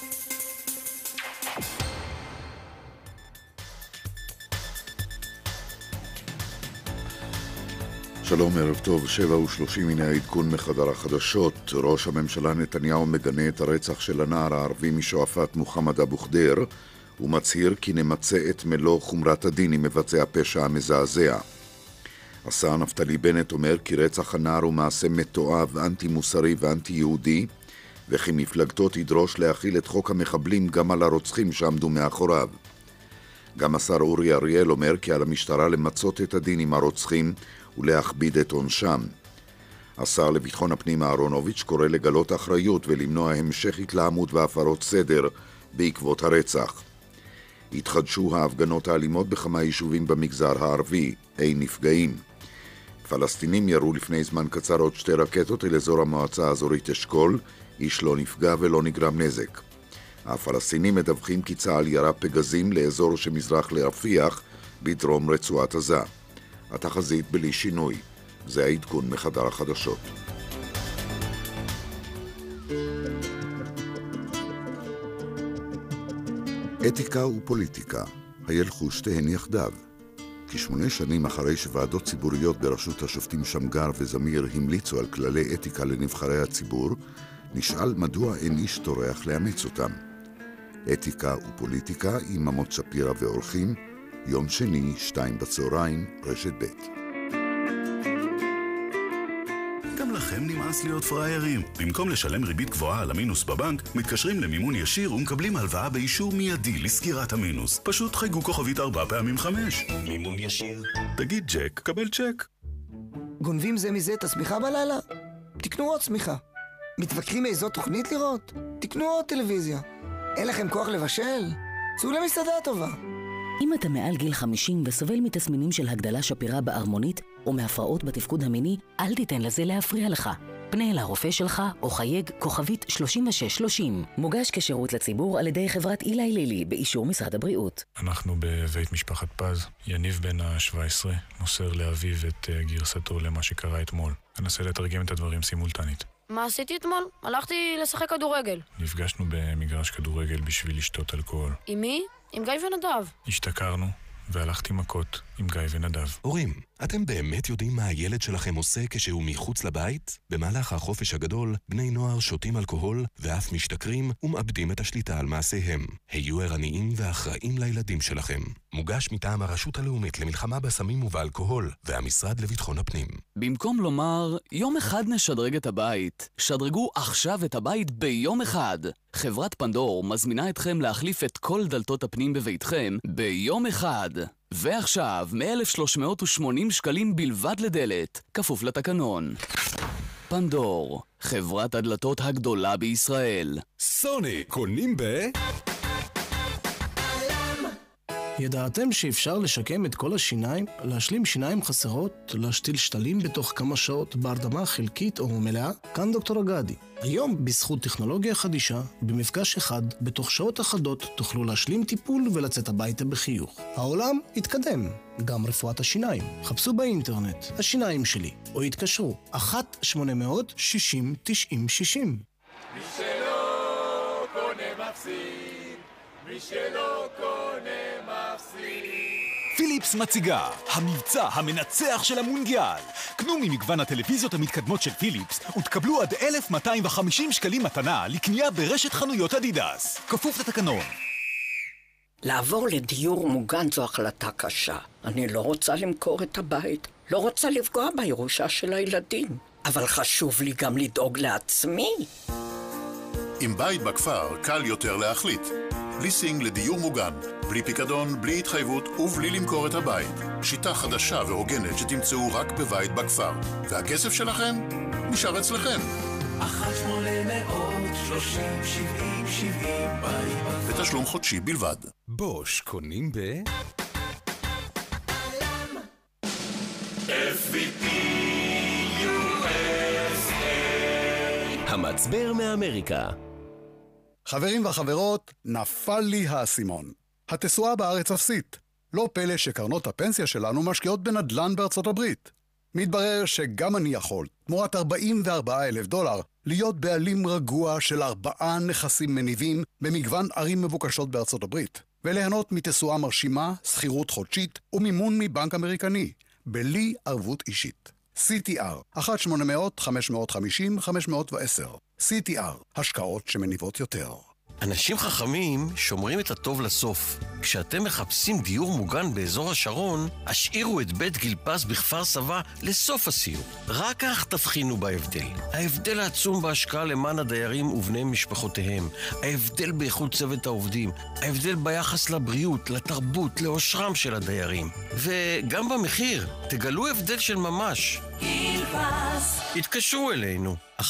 שלום, ערב טוב, 7:30 הנה העדכון מחדר החדשות. ראש הממשלה נתניהו מגנה את הרצח של הנער הערבי משועפאט מוחמד אבו ח'דיר ומצהיר כי נמצא את מלוא חומרת הדין עם מבצע הפשע המזעזע. השר נפתלי בנט אומר כי רצח הנער הוא מעשה מתועב, אנטי מוסרי ואנטי יהודי, וכי מפלגתו תדרוש להחיל את חוק המחבלים גם על הרוצחים שעמדו מאחוריו. גם השר אורי אריאל אומר כי על המשטרה למצות את הדין עם הרוצחים ולהכביד את עונשם. השר לביטחון הפנים אהרונוביץ' קורא לגלות אחריות ולמנוע המשך התלהמות והפרות סדר בעקבות הרצח. התחדשו ההפגנות האלימות בכמה יישובים במגזר הערבי, אין נפגעים. פלסטינים ירו לפני זמן קצר עוד 2 רקטות אל אזור המועצה האזורית אשכול, איש לא נפגע ולא נגרם נזק. הפלסטינים מדווחים כי צה"ל ירה פגזים לאזור שמזרח לרפיח בדרום רצועת עזה. התחזית בלי שינוי. זה העדכון מחדר החדשות. אתיקה ופוליטיקה, הילכו שתיהן יחדיו. כ8 שנים אחרי שוועדות ציבוריות בראשות השופטים שמגר וזמיר המליצו על כללי אתיקה לנבחרי הציבור, נשאל מדוע אין איש טורח לאמץ אותם. אתיקה ופוליטיקה עם עמוד שפירא ואורחים, יום שני, 14:00, רשת ב'. גם לכם נמאס להיות פריירים. במקום לשלם ריבית גבוהה על המינוס בבנק, מתקשרים למימון ישיר ומקבלים הלוואה באישור מיידי לסגירת המינוס. פשוט חייגו כוכבית 4 פעמים 5. מימון ישיר. תגיד צ'ק, קבל צ'ק. גונבים זה מזה את השמיכה בלילה? תקנו עוד שמיכה. מתווכחים מאיזו תוכנית לראות? תקנו עוד טלוויזיה. אין לכם כוח לבשל? צאו למסעדה טובה. אם אתה מעל גיל 50 וסובל מתסמינים של הגדלה שפירה בהרמונית או מהפרעות בתפקוד המיני, אל תיתן לזה להפריע לך. פנה אל הרופא שלך או חייג כוכבית 3630. מוגש כשירות לציבור על ידי חברת אילי לילי באישור משרד הבריאות. אנחנו בבית משפחת פז. יניב בן ה-17 מוסר לאביו את גרסתו למה שקרה אתמול. ננסה לתרגם את הדברים סימולטנית. מה עשיתי אתמול? הלכתי לשחק כדורגל. נפגשנו במגרש כדורגל בשביל לשתות אלכוהול. עם מי? עם גיא ונדב. השתכרנו והלכתי מכות עם גיא ונדב. הורים, אתם באמת יודעים מה הילד שלכם עושה כשהוא מחוץ לבית? במהלך החופש הגדול, בני נוער שותים אלכוהול ואף משתכרים ומאבדים את השליטה על מעשיהם. היו ערניים ואחראים לילדים שלכם. מוגש מטעם הרשות הלאומית למלחמה בסמים ובאלכוהול והמשרד לביטחון הפנים. במקום לומר, יום אחד נשדרג את הבית, שדרגו עכשיו את הבית ביום אחד. חברת פנדור מזמינה אתכם להחליף את כל דלתות הפנים בביתכם ביום אחד. ועכשיו, מ-1,380 שקלים בלבד לדלת, כפוף לתקנון. פנדור, חברת הדלתות הגדולה בישראל. סוני, קונים ב... ידעתם שאפשר לשקם את כל השיניים, להשלים שיניים חסרות, להשתיל שתלים בתוך כמה שעות בהרדמה חלקית או מלאה? כאן דוקטור אגדי. היום, בזכות טכנולוגיה חדישה, במפגש אחד, בתוך שעות אחדות, תוכלו להשלים טיפול ולצאת הביתה בחיוך. העולם התקדם, גם רפואת השיניים. חפשו באינטרנט, השיניים שלי, או התקשרו, 1-800-60-90-60. מי שלא קונה מפסיד, מי שלא קונה מפסיד. פיליפס מציגה, המבצע המנצח של המונדיאל. קנו ממגוון הטלוויזיות המתקדמות של פיליפס ותקבלו עד 1,250 שקלים מתנה לקנייה ברשת חנויות אדידס. כפוף לתקנון. לעבור לדיור מוגן זו החלטה קשה. אני לא רוצה למכור את הבית, לא רוצה לפגוע בירושה של הילדים, אבל חשוב לי גם לדאוג לעצמי. עם בית בכפר קל יותר להחליט. ליסינג לדיור מוגן, בלי פיקדון, בלי התחייבות ובלי למכור את הבית. שיטה חדשה והוגנת שתמצאו רק בבית בכפר. והכסף שלכם נשאר אצלכם. 1-800-30-70-70 ותשלום חודשי בלבד. בוש, קונים ב... FVP USA. המצבר מאמריקה. חברים וחברות, נפל לי האסימון. התשואה בארץ אפסית. לא פלא שקרנות הפנסיה שלנו משקיעות בנדל"ן בארצות הברית. מתברר שגם אני יכול, תמורת $44,000, להיות בעלים רגוע של 4 נכסים מניבים במגוון ערים מבוקשות בארצות הברית, וליהנות מתשואה מרשימה, שכירות חודשית ומימון מבנק אמריקני, בלי ערבות אישית. CTR, 1-800-550-510. CTR, השקעות שמניבות יותר. אנשים חכמים שומרים את הטוב לסוף. כשאתם מחפשים דיור מוגן באזור השרון, השאירו את בית גלפס בכפר סבא לסוף הסיור. רק כך תבחינו בהבדל. ההבדל העצום בהשקעה למען הדיירים ובני משפחותיהם. ההבדל באיכות צוות העובדים. ההבדל ביחס לבריאות, לתרבות, לאושרם של הדיירים. וגם במחיר, תגלו הבדל של ממש. גלפס. התקשרו אלינו. 1-700-55-70-80.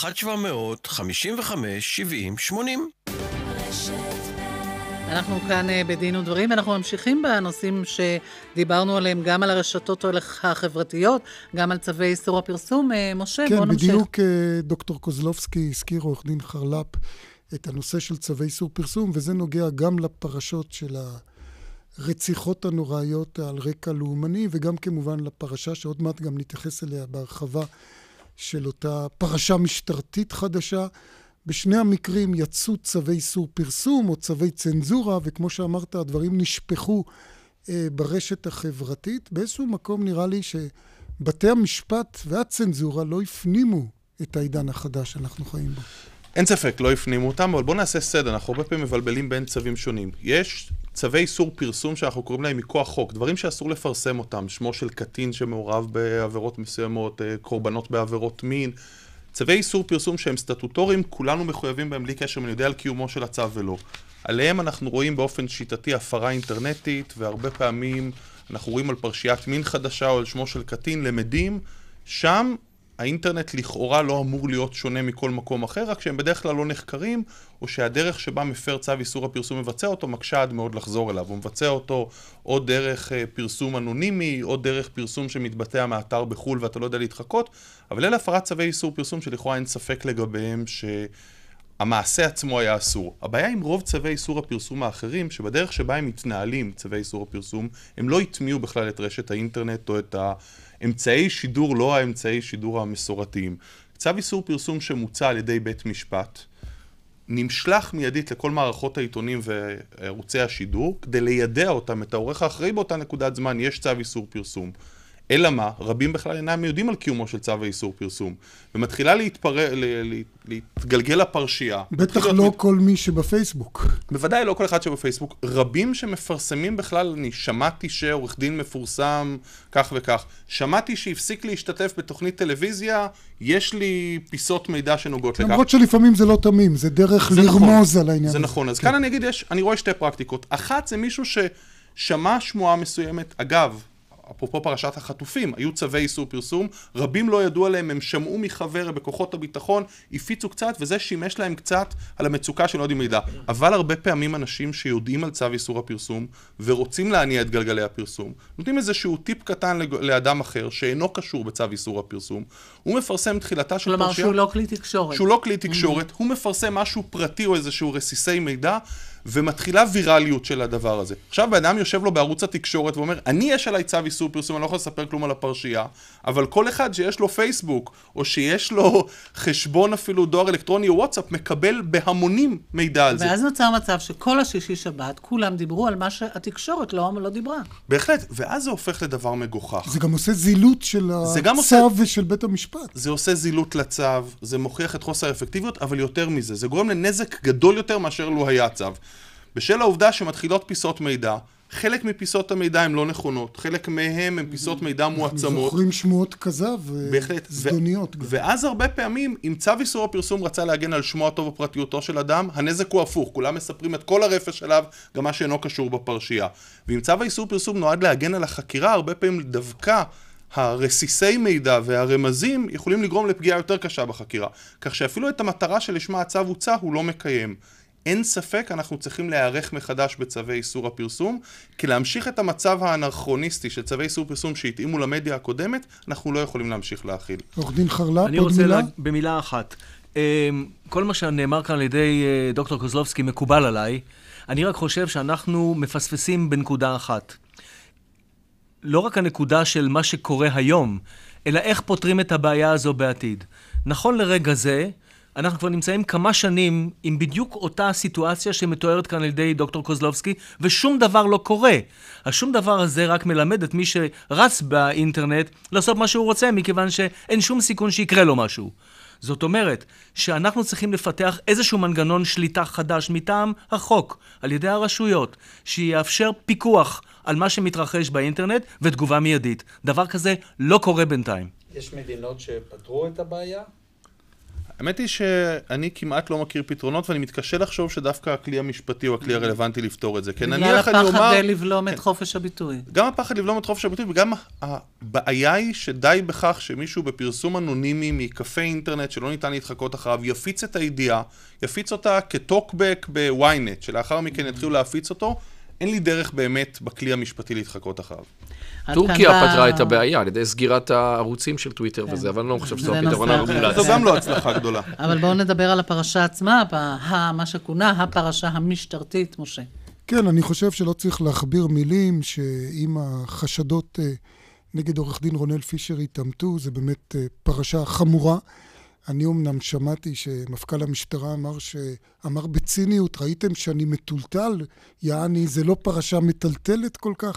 אנחנו כאן בדין ודברים, ואנחנו ממשיכים בנושאים שדיברנו עליהם, גם על הרשתות החברתיות, גם על צווי איסור הפרסום. משה, בוא נמשיך. כן, בדיוק דוקטור קוזלובסקי הזכיר, עורך דין חרל"פ, את הנושא של צווי איסור פרסום, וזה נוגע גם לפרשות של הרציחות הנוראיות על רקע לאומני, וגם כמובן לפרשה שעוד מעט גם נתייחס אליה בהרחבה של אותה פרשה משטרתית חדשה. בשני המקרים יצאו צווי איסור פרסום או צווי צנזורה, וכמו שאמרת, הדברים נשפחו ברשת החברתית. באיזשהו מקום נראה לי שבתי המשפט והצנזורה לא הפנימו את העידן החדש שאנחנו חיים בו. אין ספק, לא הפנימו אותם, אבל בואו נעשה סדר, אנחנו הרבה פעמים מבלבלים בין צווים שונים. יש צווי איסור פרסום שאנחנו קוראים להם מכוח חוק, דברים שאסור לפרסם אותם, שמו של קטין שמעורב בעבירות מסוימות, קורבנות בעבירות מין, צווי איסור פרסום שהם סטטוטוריים, כולנו מחויבים בהם בלי קשר, אני יודע על קיומו של הצו ולא. עליהם אנחנו רואים באופן שיטתי הפרה אינטרנטית, והרבה פעמים אנחנו רואים על פרשיית מין חדשה או על שמו של קטין למדים, שם האינטרנט לכאורה לא אמור להיות שונה מכל מקום אחר, רק שהם בדרך כלל לא נחקרים, או שהדרך שבה מפר צו איסור הפרסום מבצע אותו מקשה עד מאוד לחזור אליו. הוא מבצע אותו או דרך פרסום אנונימי, או דרך פרסום שמתבטא מהאתר בחול ואתה לא יודע להתחקות, אבל אלה הפרת צווי איסור פרסום שלכאורה אין ספק לגביהם שהמעשה עצמו היה אסור. הבעיה עם רוב צווי איסור הפרסום האחרים, שבדרך שבה הם מתנהלים, צווי איסור הפרסום, הם לא יטמיעו בכלל את רשת האינטרנט או את אמצעי שידור, לא האמצעי שידור המסורתיים. צו איסור פרסום שמוצע על ידי בית משפט, נמשלח מיידית לכל מערכות העיתונים וערוצי השידור, כדי לידע אותם, את העורך האחראי באותה נקודת זמן, יש צו איסור פרסום. אלא מה? רבים בכלל אינם יודעים על קיומו של צו האיסור פרסום. ומתחילה להתגלגל הפרשייה. בטח לא כל מי שבפייסבוק. בוודאי לא כל אחד שבפייסבוק. רבים שמפרסמים בכלל, אני שמעתי שעורך דין מפורסם כך וכך. שמעתי שהפסיק להשתתף בתוכנית טלוויזיה, יש לי פיסות מידע שנוגעות לכך. למרות שלפעמים זה לא תמים, זה דרך לרמוז על העניין. זה נכון. אז כאן אני אגיד, אני רואה שתי פרקטיקות. אחת זה מישהו ששמע שמועה מסוימת, אגב, אפרופו פרשת החטופים, היו צווי איסור פרסום, רבים לא ידעו עליהם, הם שמעו מחבר בכוחות הביטחון, הפיצו קצת, וזה שימש להם קצת על המצוקה של עוד עם מידע. אבל הרבה פעמים אנשים שיודעים על צו איסור הפרסום, ורוצים להניע את גלגלי הפרסום, נותנים איזשהו טיפ קטן לאדם אחר, שאינו קשור בצו איסור הפרסום, הוא מפרסם תחילתה של פרשייה. כלומר שהוא לא כלי תקשורת. שהוא לא כלי תקשורת, הוא מפרסם משהו פרטי או איזשהו רסיסי מידע, ומתחילה וירליות של הדבר הזה. עכשיו באדם יושב לו בערוץ התקשורת ואומר, אני יש עליי צו איסור פרסום, אני לא יכול לספר כלום על הפרשייה, אבל כל אחד שיש לו פייסבוק, או שיש לו חשבון אפילו דואר אלקטרוני או וואטסאפ, מקבל בהמונים מידע על זה. ואז נוצר מצב שכל השישי שבת, כולם דיברו על מה שהתקשורת לא דיברה. בהחלט, ואז זה הופך לדבר מגוחך. זה גם עושה זילות של הצו ושל בית המשפט. זה עושה זילות לצו, זה מוכיח את חוסר האפקטיביות, אבל יותר מזה, זה גורם לנזק גדול יותר מאשר לו היה צו. בשל העובדה שמתחילות פיסות מידע, חלק מפיסות המידע הן לא נכונות, חלק מהם הן פיסות מידע מועצמות. זוכרים שמועות כזב וזדוניות. ואז הרבה פעמים, אם צו איסור הפרסום רצה להגן על שמו הטוב ופרטיותו של אדם, הנזק הוא הפוך, כולם מספרים את כל הרפש עליו, גם מה שאינו קשור בפרשייה. ואם צו האיסור פרסום נועד להגן על החקירה, הרבה פעמים דווקא הרסיסי מידע והרמזים יכולים לגרום לפגיעה יותר קשה בחקירה, כך שאפילו את המטרה שלשמה הצו הוצא הוא לא מקיים. אין ספק, אנחנו צריכים להיערך מחדש בצווי איסור הפרסום, כי להמשיך את המצב האנכרוניסטי של צווי איסור פרסום שהתאימו למדיה הקודמת, אנחנו לא יכולים להמשיך להכיל. עורך דין חרל"פ, אני רוצה במילה אחת. כל מה שנאמר כאן על ידי דוקטור קוזלובסקי מקובל עליי. אני רק חושב שאנחנו מפספסים בנקודה אחת. לא רק הנקודה של מה שקורה היום, אלא איך פותרים את הבעיה הזו בעתיד. נכון לרגע זה, אנחנו כבר נמצאים כמה שנים עם בדיוק אותה סיטואציה שמתוארת כאן על ידי דוקטור קוזלובסקי, ושום דבר לא קורה. השום דבר הזה רק מלמד את מי שרץ באינטרנט לעשות מה שהוא רוצה, מכיוון שאין שום סיכון שיקרה לו משהו. זאת אומרת שאנחנו צריכים לפתח איזשהו מנגנון שליטה חדש מטעם החוק, על ידי הרשויות, שיאפשר פיקוח על מה שמתרחש באינטרנט ותגובה מיידית. דבר כזה לא קורה בינתיים. יש מדינות שפתרו את הבעיה? האמת היא שאני כמעט לא מכיר פתרונות, ואני מתקשה לחשוב שדווקא הכלי המשפטי הוא הכלי הרלוונטי לפתור את זה. בגלל הפחד לבלום את חופש הביטוי. גם הפחד לבלום את חופש הביטוי, וגם הבעיה היא שדי בכך שמישהו בפרסום אנונימי מקפה אינטרנט שלא ניתן להתחקות אחריו, יפיץ את הידיעה, יפיץ אותה כטוקבק בוויינט, שלאחר מכן יתחילו להפיץ אותו, אין לי דרך באמת בכלי המשפטי להתחקות אחריו. טורקיה פתרה את הבעיה על ידי סגירת הערוצים של טוויטר וזה, אבל אני לא חושב שזה הפתרון המומלץ. זו גם לא הצלחה גדולה. אבל בואו נדבר על הפרשה עצמה, מה שכונה הפרשה המשטרתית, משה. כן, אני חושב שלא צריך להכביר מילים, שאם החשדות נגד עורך דין רונל פישר התאמתו, זה באמת פרשה חמורה. אני אומנם שמעתי שמפכ"ל המשטרה אמר בציניות, ראיתם שאני מטולטל, יעני, זה לא פרשה מטלטלת כל כך.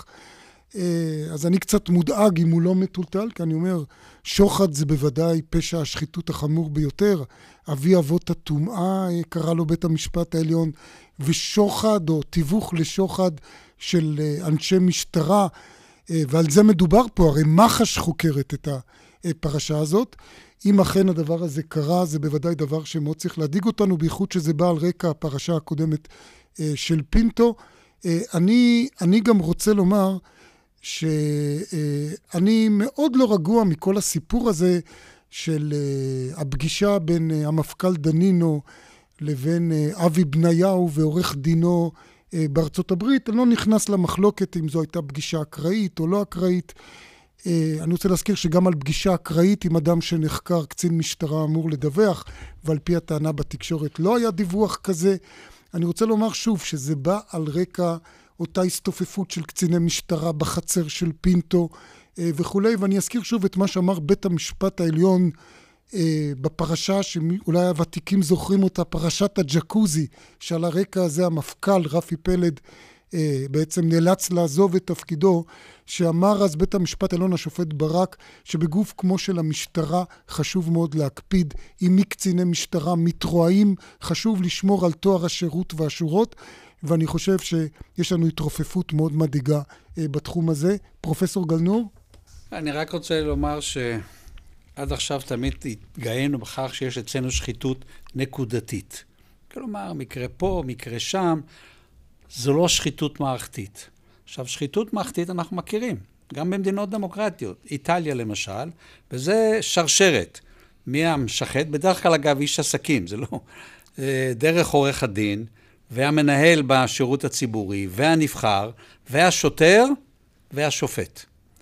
אז אני קצת מודאג אם הוא לא מטולטל, כי אני אומר, שוחד זה בוודאי פשע השחיתות החמור ביותר. אבי אבות הטומאה קרא לו בית המשפט העליון, ושוחד או תיווך לשוחד של אנשי משטרה, ועל זה מדובר פה, הרי מח"ש חוקרת את הפרשה הזאת. אם אכן הדבר הזה קרה, זה בוודאי דבר שמאוד צריך להדאיג אותנו, בייחוד שזה בא על רקע הפרשה הקודמת של פינטו. אני גם רוצה לומר שאני מאוד לא רגוע מכל הסיפור הזה של הפגישה בין המפכ"ל דנינו לבין אבי בניהו ועורך דינו בארצות הברית. אני לא נכנס למחלוקת אם זו הייתה פגישה אקראית או לא אקראית. אני רוצה להזכיר שגם על פגישה אקראית עם אדם שנחקר קצין משטרה אמור לדווח, ועל פי הטענה בתקשורת לא היה דיווח כזה. אני רוצה לומר שוב שזה בא על רקע אותה הסתופפות של קציני משטרה בחצר של פינטו וכו'. ואני אזכיר שוב את מה שאמר בית המשפט העליון בפרשה, שאולי הוותיקים זוכרים אותה, פרשת הג'קוזי, שעל הרקע הזה המפכ"ל רפי פלד בעצם נאלץ לעזוב את תפקידו, שאמר אז בית המשפט העליון השופט ברק, שבגוף כמו של המשטרה חשוב מאוד להקפיד, אם מקציני משטרה מתרועעים, חשוב לשמור על תואר השירות והשורות, ואני חושב שיש לנו התרופפות מאוד מדאיגה בתחום הזה. פרופסור גלנור? אני רק רוצה לומר שעד עכשיו תמיד התגאינו בכך שיש אצלנו שחיתות נקודתית. כלומר, מקרה פה, מקרה שם, זו לא שחיתות מערכתית. עכשיו, שחיתות מערכתית אנחנו מכירים, גם במדינות דמוקרטיות. איטליה למשל, וזה שרשרת. מי המשחט? בדרך כלל אגב איש עסקים, זה לא דרך עורך הדין, והמנהל בשירות הציבורי, והנבחר, והשוטר, והשופט.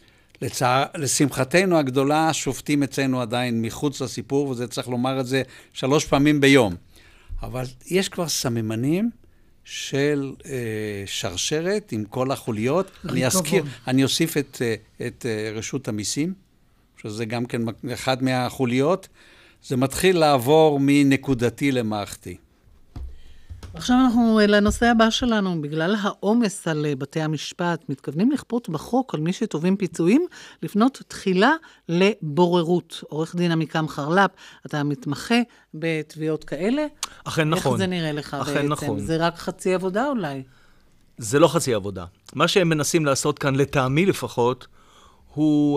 לשמחתנו הגדולה, השופטים אצלנו עדיין מחוץ לסיפור, וזה צריך לומר את זה 3 פעמים ביום. אבל יש כבר סממנים של שרשרת עם כל החוליות. אני אוסיף את רשות המיסים, שזה גם כן אחד מהחוליות. זה מתחיל לעבור מנקודתי למערכתי. עכשיו אנחנו לנושא הבא שלנו. בגלל העומס על בתי המשפט, מתכוונים לכפות בחוק על מי שתובעים פיצויים, לפנות תחילה לבוררות. עורך דין עמיקם חרל"פ, אתה מתמחה בתביעות כאלה. אכן נכון. איך זה נראה לך אכן בעצם? נכון. זה רק חצי עבודה אולי? זה לא חצי עבודה. מה שהם מנסים לעשות כאן, לטעמי לפחות, הוא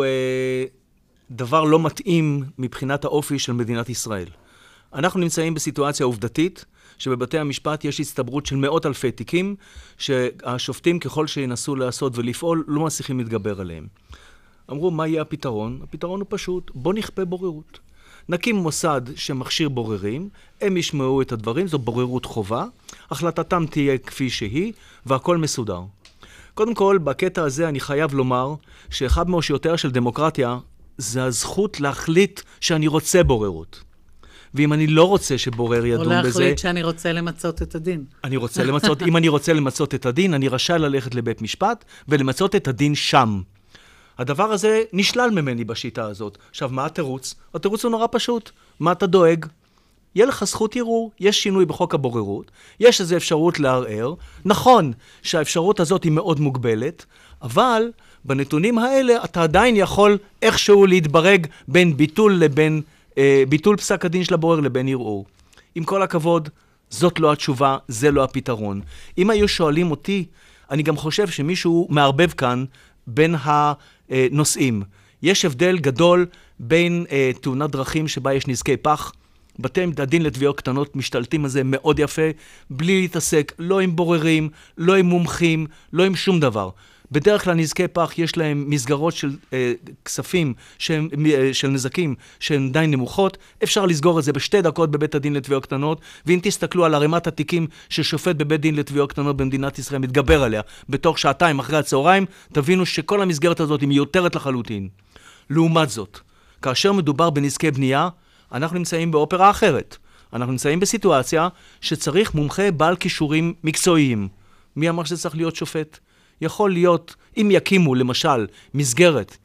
דבר לא מתאים מבחינת האופי של מדינת ישראל. אנחנו נמצאים בסיטואציה עובדתית, שבבתי המשפט יש הצטברות של מאות אלפי תיקים, שהשופטים ככל שינסו לעשות ולפעול, לא מצליחים להתגבר עליהם. אמרו, מה יהיה הפתרון? הפתרון הוא פשוט, בוא נכפה בוררות. נקים מוסד שמכשיר בוררים, הם ישמעו את הדברים, זו בוררות חובה, החלטתם תהיה כפי שהיא, והכל מסודר. קודם כל, בקטע הזה אני חייב לומר, שאחד מאושיותיה של דמוקרטיה, זה הזכות להחליט שאני רוצה בוררות. ואם אני לא רוצה שבורר ידון בזה... או להחליט שאני רוצה למצות את הדין. אם אני רוצה למצות את הדין, אני רשאי ללכת לבית משפט ולמצות את הדין שם. הדבר הזה נשלל ממני בשיטה הזאת. עכשיו, מה התירוץ? התירוץ הוא נורא פשוט. מה אתה דואג? יהיה לך זכות ערעור, יש שינוי בחוק הבוררות, יש איזו אפשרות לערער. נכון שהאפשרות הזאת היא מאוד מוגבלת, אבל בנתונים האלה אתה עדיין יכול איכשהו להתברג בין ביטול פסק הדין של הבורר לבין ערעור. עם כל הכבוד, זאת לא התשובה, זה לא הפתרון. אם היו שואלים אותי, אני גם חושב שמישהו מערבב כאן בין הנושאים. יש הבדל גדול בין תאונת דרכים שבה יש נזקי פח, בתי הדין לתביעות קטנות משתלטים על זה מאוד יפה, בלי להתעסק לא עם בוררים, לא עם מומחים, לא עם שום דבר. בדרך כלל נזקי פח יש להם מסגרות של כספים, של נזקים שהן די נמוכות, אפשר לסגור את זה בשתי דקות בבית הדין לתביעות קטנות, ואם תסתכלו על ערימת התיקים ששופט בבית דין לתביעות קטנות במדינת ישראל מתגבר עליה, בתוך שעתיים אחרי הצהריים, תבינו שכל המסגרת הזאת היא מיותרת לחלוטין. לעומת זאת, כאשר מדובר בנזקי בנייה, אנחנו נמצאים באופרה אחרת. אנחנו נמצאים בסיטואציה שצריך מומחה בעל כישורים מקצועיים. מי אמר שזה צריך להיות שופט? יכול להיות, אם יקימו למשל מסגרת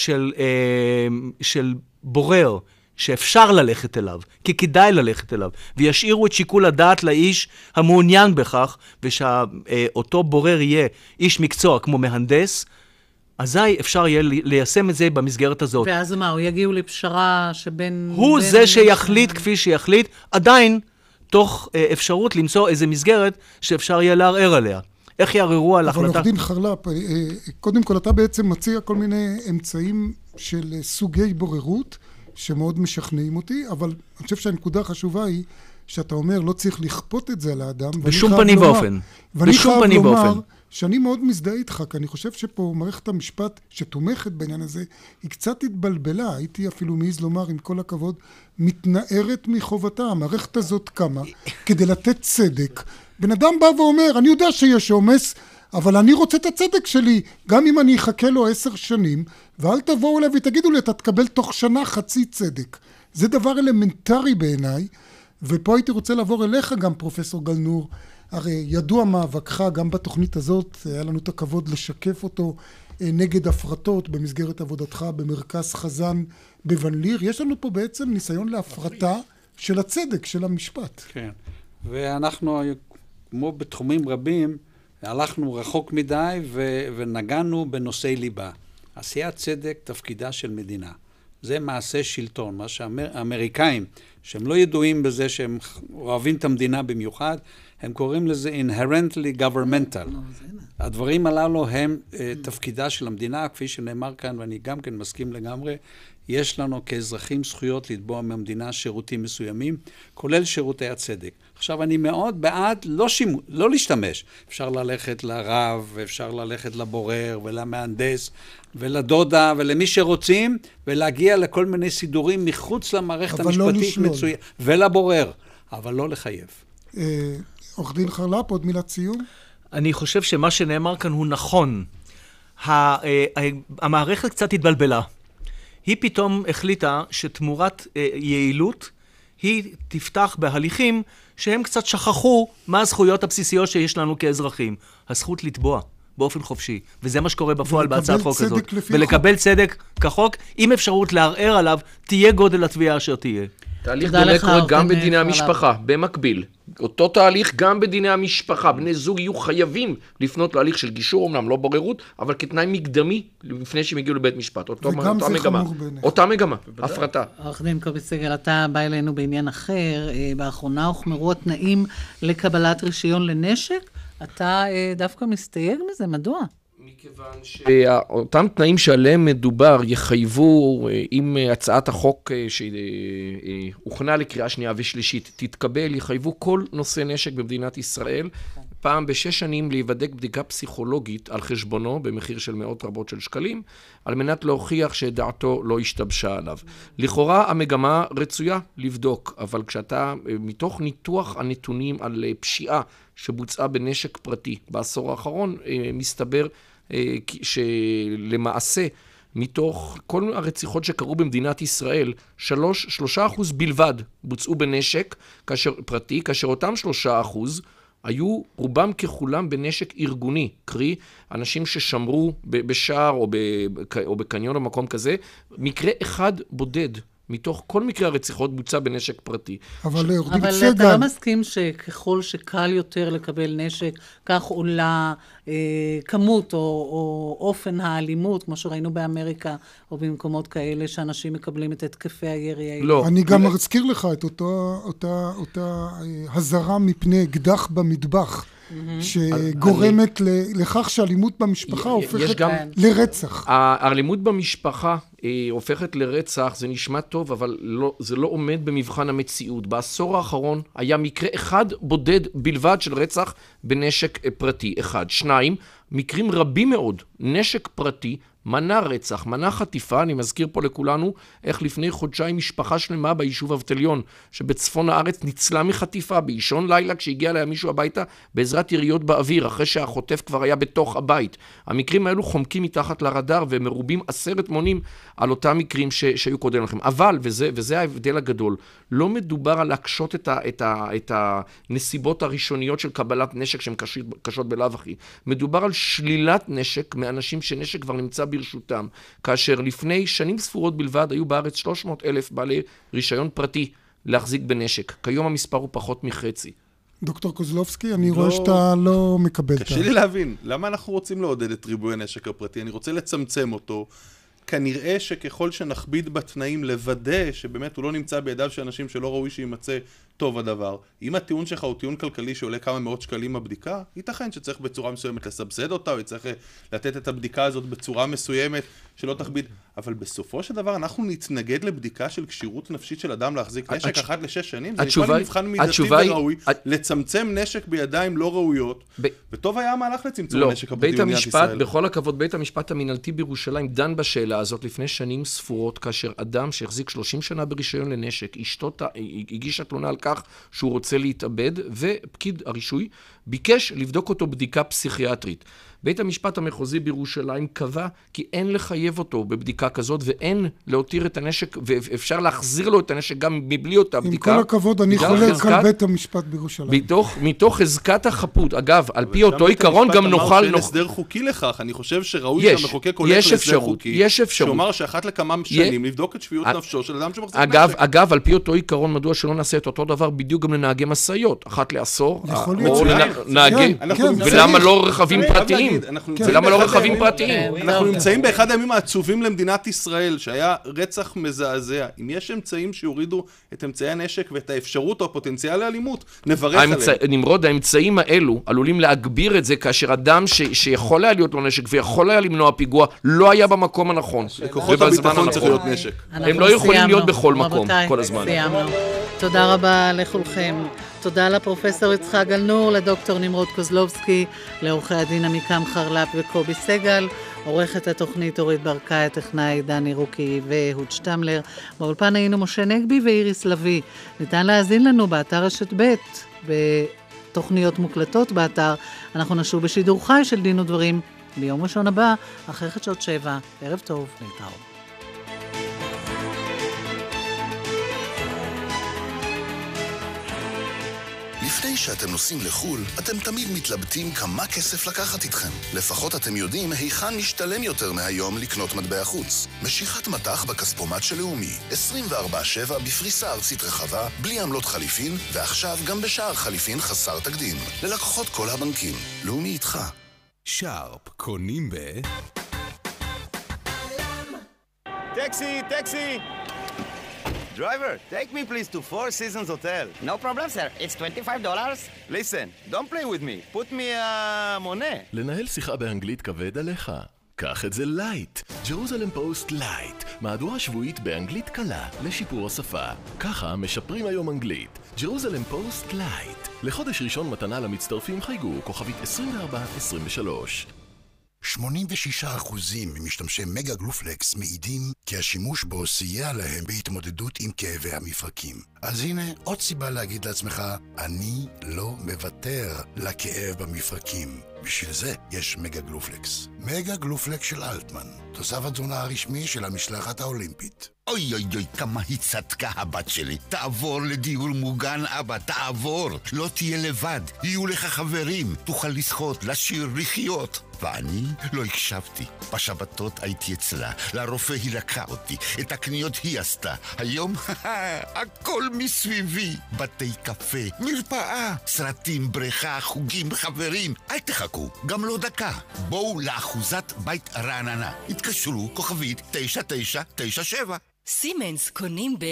של בורר שאפשר ללכת אליו, כי כדאי ללכת אליו, וישאירו את שיקול הדעת לאיש המעוניין בכך, ושאותו בורר יהיה איש מקצוע כמו מהנדס, אזי אפשר יהיה ליישם את זה במסגרת הזאת. ואז מה, הוא יגיעו לפשרה שבין... הוא זה שיחליט כפי שיחליט, עדיין תוך אפשרות למצוא איזו מסגרת שאפשר יהיה לערער עליה. איך יערערו על החלטה? אבל עורך דין חרל"פ, קודם כל אתה בעצם מציע כל מיני אמצעים של סוגי בוררות שמאוד משכנעים אותי, אבל אני חושב שהנקודה החשובה היא שאתה אומר לא צריך לכפות את זה על האדם. בשום פנים ואופן. ואני חייב לומר שאני מאוד מזדהה איתך, כי אני חושב שפה מערכת המשפט שתומכת בעניין הזה, היא קצת התבלבלה, הייתי אפילו מעז לומר עם כל הכבוד, מתנערת מחובתה. המערכת הזאת קמה כדי לתת צדק. בן אדם בא ואומר, אני יודע שיש עומס, אבל אני רוצה את הצדק שלי, גם אם אני אחכה לו 10 שנים, ואל תבואו אליו ותגידו לי, אתה תקבל תוך שנה חצי צדק. זה דבר אלמנטרי בעיניי, ופה הייתי רוצה לעבור אליך גם פרופסור גלנור, הרי ידוע מאבקך גם בתוכנית הזאת, היה לנו את הכבוד לשקף אותו נגד הפרטות במסגרת עבודתך במרכז חזן בבן ליר. יש לנו פה בעצם ניסיון להפרטה של הצדק, של המשפט. כן, ואנחנו כמו בתחומים רבים, הלכנו רחוק מדי ונגענו בנושאי ליבה. עשיית צדק תפקידה של מדינה. זה מעשה שלטון, מה שהאמריקאים, שהם לא ידועים בזה שהם אוהבים את המדינה במיוחד, הם קוראים לזה inherently governmental. הדברים הללו הם תפקידה של המדינה, כפי שנאמר כאן, ואני גם כן מסכים לגמרי, יש לנו כאזרחים זכויות לתבוע מהמדינה שירותים מסוימים, כולל שירותי הצדק. עכשיו, אני מאוד בעד לא להשתמש. אפשר ללכת לרב, ואפשר ללכת לבורר, ולמהנדס, ולדודה, ולמי שרוצים, ולהגיע לכל מיני סידורים מחוץ למערכת המשפטית מצוינת. ולבורר, אבל לא לחייב. עורך דין חרל"פ, עוד מילת סיום? אני חושב שמה שנאמר כאן הוא נכון. המערכת קצת התבלבלה. היא פתאום החליטה שתמורת יעילות היא תפתח בהליכים שהם קצת שכחו מה הזכויות הבסיסיות שיש לנו כאזרחים. הזכות לתבוע באופן חופשי, וזה מה שקורה בפועל בהצעת חוק הזאת. ולקבל צדק כחוק, עם אפשרות לערער עליו, תהיה גודל התביעה אשר תהיה. תהליך דומה קורה גם בדיני המשפחה, במקביל. אותו תהליך גם בדיני המשפחה. בני זוג יהיו חייבים לפנות להליך של גישור, אומנם לא בוררות, אבל כתנאי מקדמי לפני שהם הגיעו לבית משפט. וגם זה חמור בעיניך. אותה מגמה, הפרטה. עורך דין קובי סגל, אתה בא אלינו בעניין אחר. באחרונה הוחמרו התנאים לקבלת רישיון לנשק. אתה דווקא מסתייג מזה, מדוע? מכיוון שאותם תנאים שעליהם מדובר יחייבו, אם הצעת החוק שהוכנה לקריאה שנייה ושלישית תתקבל, יחייבו כל נושא נשק במדינת ישראל, פעם ב6 שנים להיבדק בדיקה פסיכולוגית על חשבונו במחיר של מאות רבות של שקלים, על מנת להוכיח שדעתו לא השתבשה עליו. לכאורה המגמה רצויה לבדוק, אבל כשאתה מתוך ניתוח הנתונים על פשיעה שבוצעה בנשק פרטי בעשור האחרון, מסתבר שלמעשה מתוך כל הרציחות שקרו במדינת ישראל, 3% בלבד בוצעו בנשק פרטי, כאשר אותם 3% היו רובם ככולם בנשק ארגוני, קרי, אנשים ששמרו בשער או בקניון או מקום כזה, מקרה אחד בודד. מתוך כל מקרה הרציחות בוצע בנשק פרטי. אבל אתה לא מסכים שככל שקל יותר לקבל נשק, כך עולה כמות או אופן האלימות, כמו שראינו באמריקה, או במקומות כאלה שאנשים מקבלים את התקפי הירי האלה? לא. אני גם אזכיר לך את אותה הזרה מפני אקדח במטבח. שגורמת לכך שהאלימות במשפחה הופכת לרצח. האלימות במשפחה הופכת לרצח, זה נשמע טוב, אבל זה לא עומד במבחן המציאות. בעשור האחרון היה מקרה אחד בודד בלבד של רצח בנשק פרטי. 1. 2. מקרים רבים מאוד, נשק פרטי, מנע רצח, מנע חטיפה. אני מזכיר פה לכולנו איך לפני חודשיים משפחה שלמה ביישוב אבטליון שבצפון הארץ ניצלה מחטיפה באישון לילה כשהגיע לה מישהו הביתה בעזרת יריות באוויר אחרי שהחוטף כבר היה בתוך הבית. המקרים האלו חומקים מתחת לרדאר ומרובים 10 מונים על אותם מקרים שהיו קודם לכם. אבל, וזה ההבדל הגדול, לא מדובר על להקשות את הנסיבות הראשוניות של קבלת נשק שהן קשות בלאו הכי. מדובר על שלילת נשק מאנשים שנשק כבר נמצא ברשותם, כאשר לפני שנים ספורות בלבד היו בארץ 300,000 בעלי רישיון פרטי להחזיק בנשק. כיום המספר הוא פחות מחצי. דוקטור קוזלובסקי, אני רואה שאתה לא מקבל את זה. קשה לי להבין, למה אנחנו רוצים לעודד את ריבוי הנשק הפרטי? אני רוצה לצמצם אותו. כנראה שככל שנכביד בתנאים לוודא שבאמת הוא לא נמצא בידיו של אנשים שלא ראוי שימצא טוב הדבר. אם הטיעון שלך הוא טיעון כלכלי שעולה כמה מאות שקלים בבדיקה, ייתכן שצריך בצורה מסוימת לסבסד אותה, או צריך לתת את הבדיקה הזאת בצורה מסוימת שלא תכביד. אבל בסופו של דבר אנחנו נתנגד לבדיקה של כשירות נפשית של אדם להחזיק נשק 1 ל6 שנים. זה נשמע לי מבחן מידתי וראוי, לצמצם נשק בידיים לא ראויות, וטוב היה המהלך לצמצום הנשק הפרטי במדינת ישראל. בכל הכבוד, בית המשפט המנהלתי בירושלים דן בשאלה הזאת לפני שנים ספורות, כאשר אדם שהחזיק 30 שנה ברישיון לנשק, אשתו הגישה תלונה על כך שהוא רוצה להתאבד, ופקיד הרישוי ביקש לבדוק אותו בדיקה פסיכיאטרית. בית המשפט המחוזי בירושלים קבע כי אין לחייב אותו בבדיקה כזאת, ואין להותיר את הנשק, ואפשר להחזיר לו את הנשק גם מבלי אותה בדיקה. עם כל הכבוד, אני חולק על בית המשפט בירושלים. מתוך חזקת החפות. אגב, על פי אותו עיקרון גם נוכל... שאין הסדר חוקי לכך. אני חושב שראוי שהמחוקק הולך להסדר חוקי. יש אפשרות. שאומר שאחת לכמה שנים לבדוק את שפיות נפשו של אדם שמחזיק נשק. אגב, על פי אותו עיקרון, מדוע שלא נעשה את אותו דבר בדיוק גם לנהגי משאיות, אחת לעשור, או לנהגי... ולמה לא רכבים פרטיים? ולמה לא רכבים פרטיים? אנחנו נמצאים באחד הימים העצובים למדינת ישראל, שהיה רצח מזעזע. אם יש אמצעים שיורידו את אמצעי הנשק ואת האפשרות או הפוטנציאל לאלימות, נברך עליהם. נמרוד, האמצעים האלו עלולים להגביר את זה, כאשר אדם שיכול היה להיות לו נשק ויכול היה למנוע פיגוע, לא היה במקום הנכון. לכוחות הביטחון צריך להיות נשק. הם לא יכולים להיות בכל מקום, כל הזמן. תודה רבה לכולכם. תודה לפרופסור יצחק גלנור, לדוקטור נמרוד קוזלובסקי, לעורכי הדין עמיקם חרל"פ וקובי סגל, עורכת התוכנית אורית ברקאי, הטכנאי דני רוקי ואהוד שטמלר. באולפן היינו משה נגבי ואיריס לוי. ניתן להאזין לנו באתר רשת ב' בתוכניות מוקלטות באתר. אנחנו נשוב בשידור חי של דין ודברים ביום ראשון הבא, אחרי חדשות 7. ערב טוב, להתראות. לפני שאתם נוסעים לחול, אתם תמיד מתלבטים כמה כסף לקחת איתכם. לפחות אתם יודעים היכן משתלם יותר מהיום לקנות מטבע חוץ. משיכת מטח בכספומט של לאומי. 24/7 בפריסה ארצית רחבה, בלי עמלות חליפין, ועכשיו גם בשער חליפין חסר תקדים. ללקוחות כל הבנקים. לאומי איתך. שרפ קונים ב... טקסי, טקסי! Driver, take me please to Four Seasons Hotel. No problem, sir. It's $25. Listen, don't play with me. Put me a מונה. לנהל שיחה באנגלית כבד עליך. קח את זה לייט. ג'רוזלם פוסט לייט. מהדורה שבועית באנגלית קלה לשיפור השפה. ככה משפרים היום אנגלית. ג'רוזלם פוסט לייט. לחודש ראשון מתנה למצטרפים חייגו כוכבית 2423. 86% ממשתמשי מגה גלופלקס מעידים כי השימוש בו סייע להם בהתמודדות עם כאבי המפרקים. אז הנה עוד סיבה להגיד לעצמך, אני לא מוותר לכאב במפרקים. בשביל זה יש מגה גלופלקס. מגה גלופלקס של אלטמן, תוסף התזונה הרשמי של המשלחת האולימפית. אוי אוי אוי, כמה היא צדקה הבת שלי. תעבור לדיור מוגן, אבא, תעבור. לא תהיה לבד, יהיו לך חברים. תוכל לשחות, לשיר, לחיות. ואני לא הקשבתי. בשבתות הייתי אצלה, לרופא היא לקחה אותי, את הקניות היא עשתה. היום, הכל מסביבי. בתי קפה, מרפאה, סרטים, בריכה, חוגים, חברים. אל תחכו, גם לא דקה. בואו לאחוזת בית רעננה. התקשרו, כוכבית 9997. סימנס קונים ב...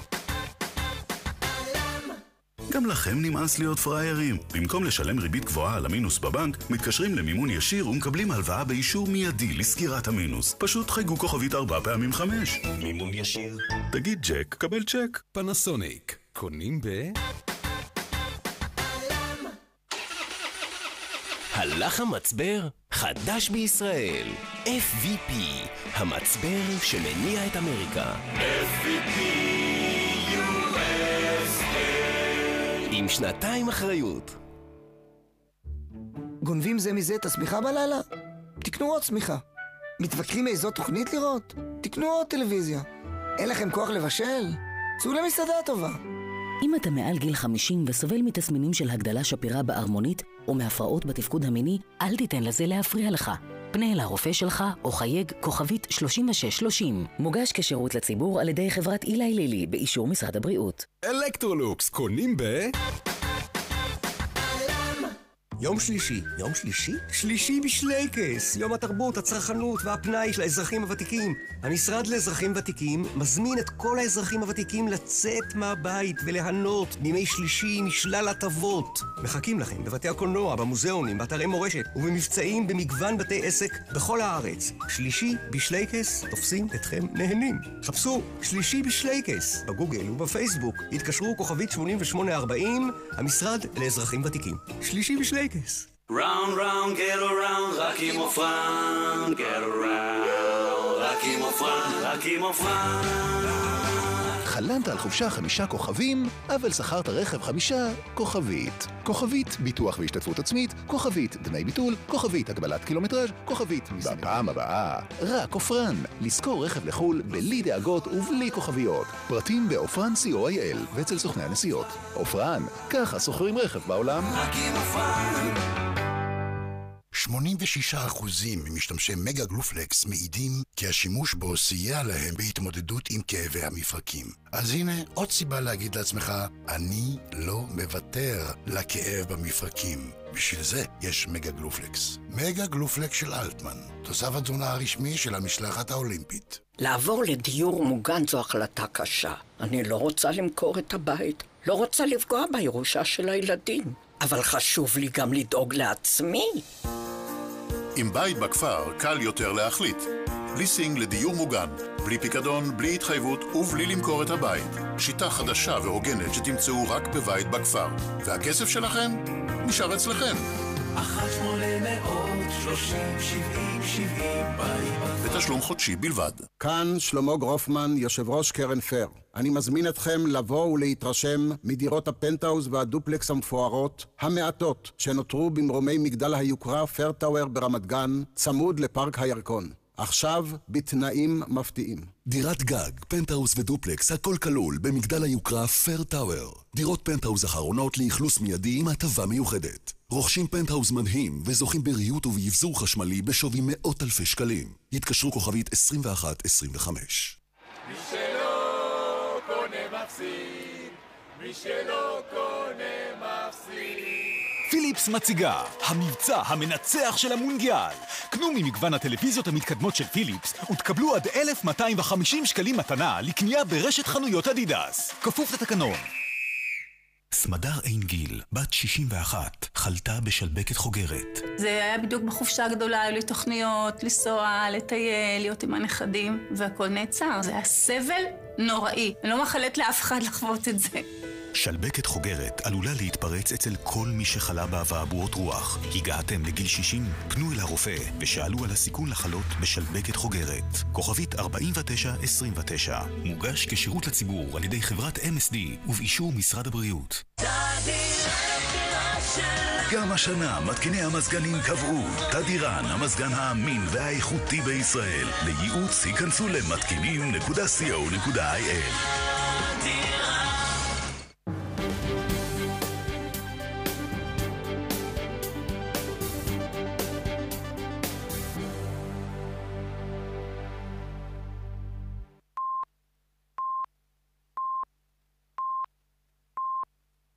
גם לכם נמאס להיות פריירים. במקום לשלם ריבית גבוהה על המינוס בבנק, מתקשרים למימון ישיר ומקבלים הלוואה באישור מיידי לסגירת המינוס. פשוט חייגו כוכבית 4 פעמים 5. מימון ישיר. תגיד צ'ק, קבל צ'ק. פנסוניק, קונים ב... הלחם מצבר חדש בישראל. FVP, המצבר שמניע את אמריקה. FVP USA. עם 2 אחריות. גונבים זה מזה את השמיכה בלילה? תקנו עוד שמיכה. מתווכחים איזו תוכנית לראות? תקנו עוד טלוויזיה. אין לכם כוח לבשל? צאו למסעדה טובה. אם אתה מעל גיל 50 וסובל מתסמינים של הגדלה שפירה בהרמונית או מהפרעות בתפקוד המיני, אל תיתן לזה להפריע לך. פנה אל הרופא שלך או חייג כוכבית 3630. מוגש כשירות לציבור על ידי חברת אילי לילי באישור משרד הבריאות. אלקטרולוקס, קונים ב... יום שלישי. יום שלישי? שלישי בשלייקס. יום התרבות, הצרכנות והפנאי של האזרחים הוותיקים. המשרד לאזרחים ותיקים מזמין את כל האזרחים הוותיקים לצאת מהבית וליהנות בימי שלישי משלל הטבות. מחכים לכם בבתי הקולנוע, במוזיאונים, באתרי מורשת ובמבצעים במגוון בתי עסק בכל הארץ. שלישי בשלייקס, תופסים אתכם נהנים. חפשו שלישי בשלייקס בגוגל ובפייסבוק. התקשרו כוכבית 8840, המשרד לאזרחים ותיקים. שלישי בשלייקס. Round, round, get around, רק עם אופרן, get around, רק עם אופרן, רק עם אופרן. חלמת על חופשה 5 כוכבים, אבל שכרת רכב 5 כוכבית. כוכבית ביטוח והשתתפות עצמית, כוכבית דמי ביטול, כוכבית הגבלת קילומטראז', כוכבית מסים. בפעם הבאה, רק אופרן. לשכור רכב לחול בלי דאגות ובלי כוכביות. פרטים באופרן co.il ואצל סוכני הנסיעות. אופרן, ככה שוכרים רכב בעולם. רק עם אופרן. 86% ממשתמשי מגה גלופלקס מעידים כי השימוש בו סייע להם בהתמודדות עם כאבי המפרקים. אז הנה עוד סיבה להגיד לעצמך, אני לא מוותר לכאב במפרקים. בשביל זה יש מגה גלופלקס. מגה גלופלקס של אלטמן, תוסף התזונה הרשמי של המשלחת האולימפית. לעבור לדיור מוגן זו החלטה קשה. אני לא רוצה למכור את הבית, לא רוצה לפגוע בירושה של הילדים. אבל חשוב לי גם לדאוג לעצמי. עם בית בכפר קל יותר להחליט. ליסינג לדיור מוגן, בלי פיקדון, בלי התחייבות ובלי למכור את הבית. שיטה חדשה והוגנת שתמצאו רק בבית בכפר. והכסף שלכם נשאר אצלכם. 1-800-30-70-70 ותשלום חודשי בלבד. כאן שלמה גרופמן, יושב ראש קרן פר. אני מזמין אתכם לבוא ולהתרשם מדירות הפנטהאוז והדופלקס המפוארות, המעטות שנותרו במרומי מגדל היוקרה פר טאוור ברמת גן, צמוד לפארק הירקון. עכשיו בתנאים מפתיעים. דירת גג, פנטהאוס ודופלקס, הכל כלול במגדל היוקרה פר טאוור. דירות פנטהאוס אחרונות לאכלוס מיידי עם הטבה מיוחדת. רוכשים פנטהאוס מדהים וזוכים בריהוט ובאבזור חשמלי בשווי מאות אלפי שקלים. יתקשרו כוכבית 2125. מי שלא קונה מפסיד, מי שלא קונה מפסיד. פיליפס מציגה המבצע המנצח של המונדיאל. קנו ממגוון הטלוויזיות המתקדמות של פיליפס ותקבלו עד 1,250 שקלים מתנה לקנייה ברשת חנויות אדידס. כפוף לתקנון. סמדר עין גיל, בת 61, חלתה בשלבקת חוגרת. זה היה בדיוק בחופשה הגדולה, היו לי תוכניות, לנסוע, לטייל, להיות עם הנכדים, והכל נעצר. זה היה סבל נוראי. אני לא מאחלת לאף אחד לחוות את זה. שלבקת חוגרת עלולה להתפרץ אצל כל מי שחלה באבעבועות רוח. הגעתם לגיל 60? פנו אל הרופא ושאלו על הסיכון לחלות בשלבקת חוגרת. כוכבית 4929. מוגש כשירות לציבור על ידי חברת MSD ובאישור משרד הבריאות. גם השנה מתקיני המזגנים קבעו תדירן, המזגן האמין והאיכותי בישראל. לייעוץ היכנסו למתקינים.co.il.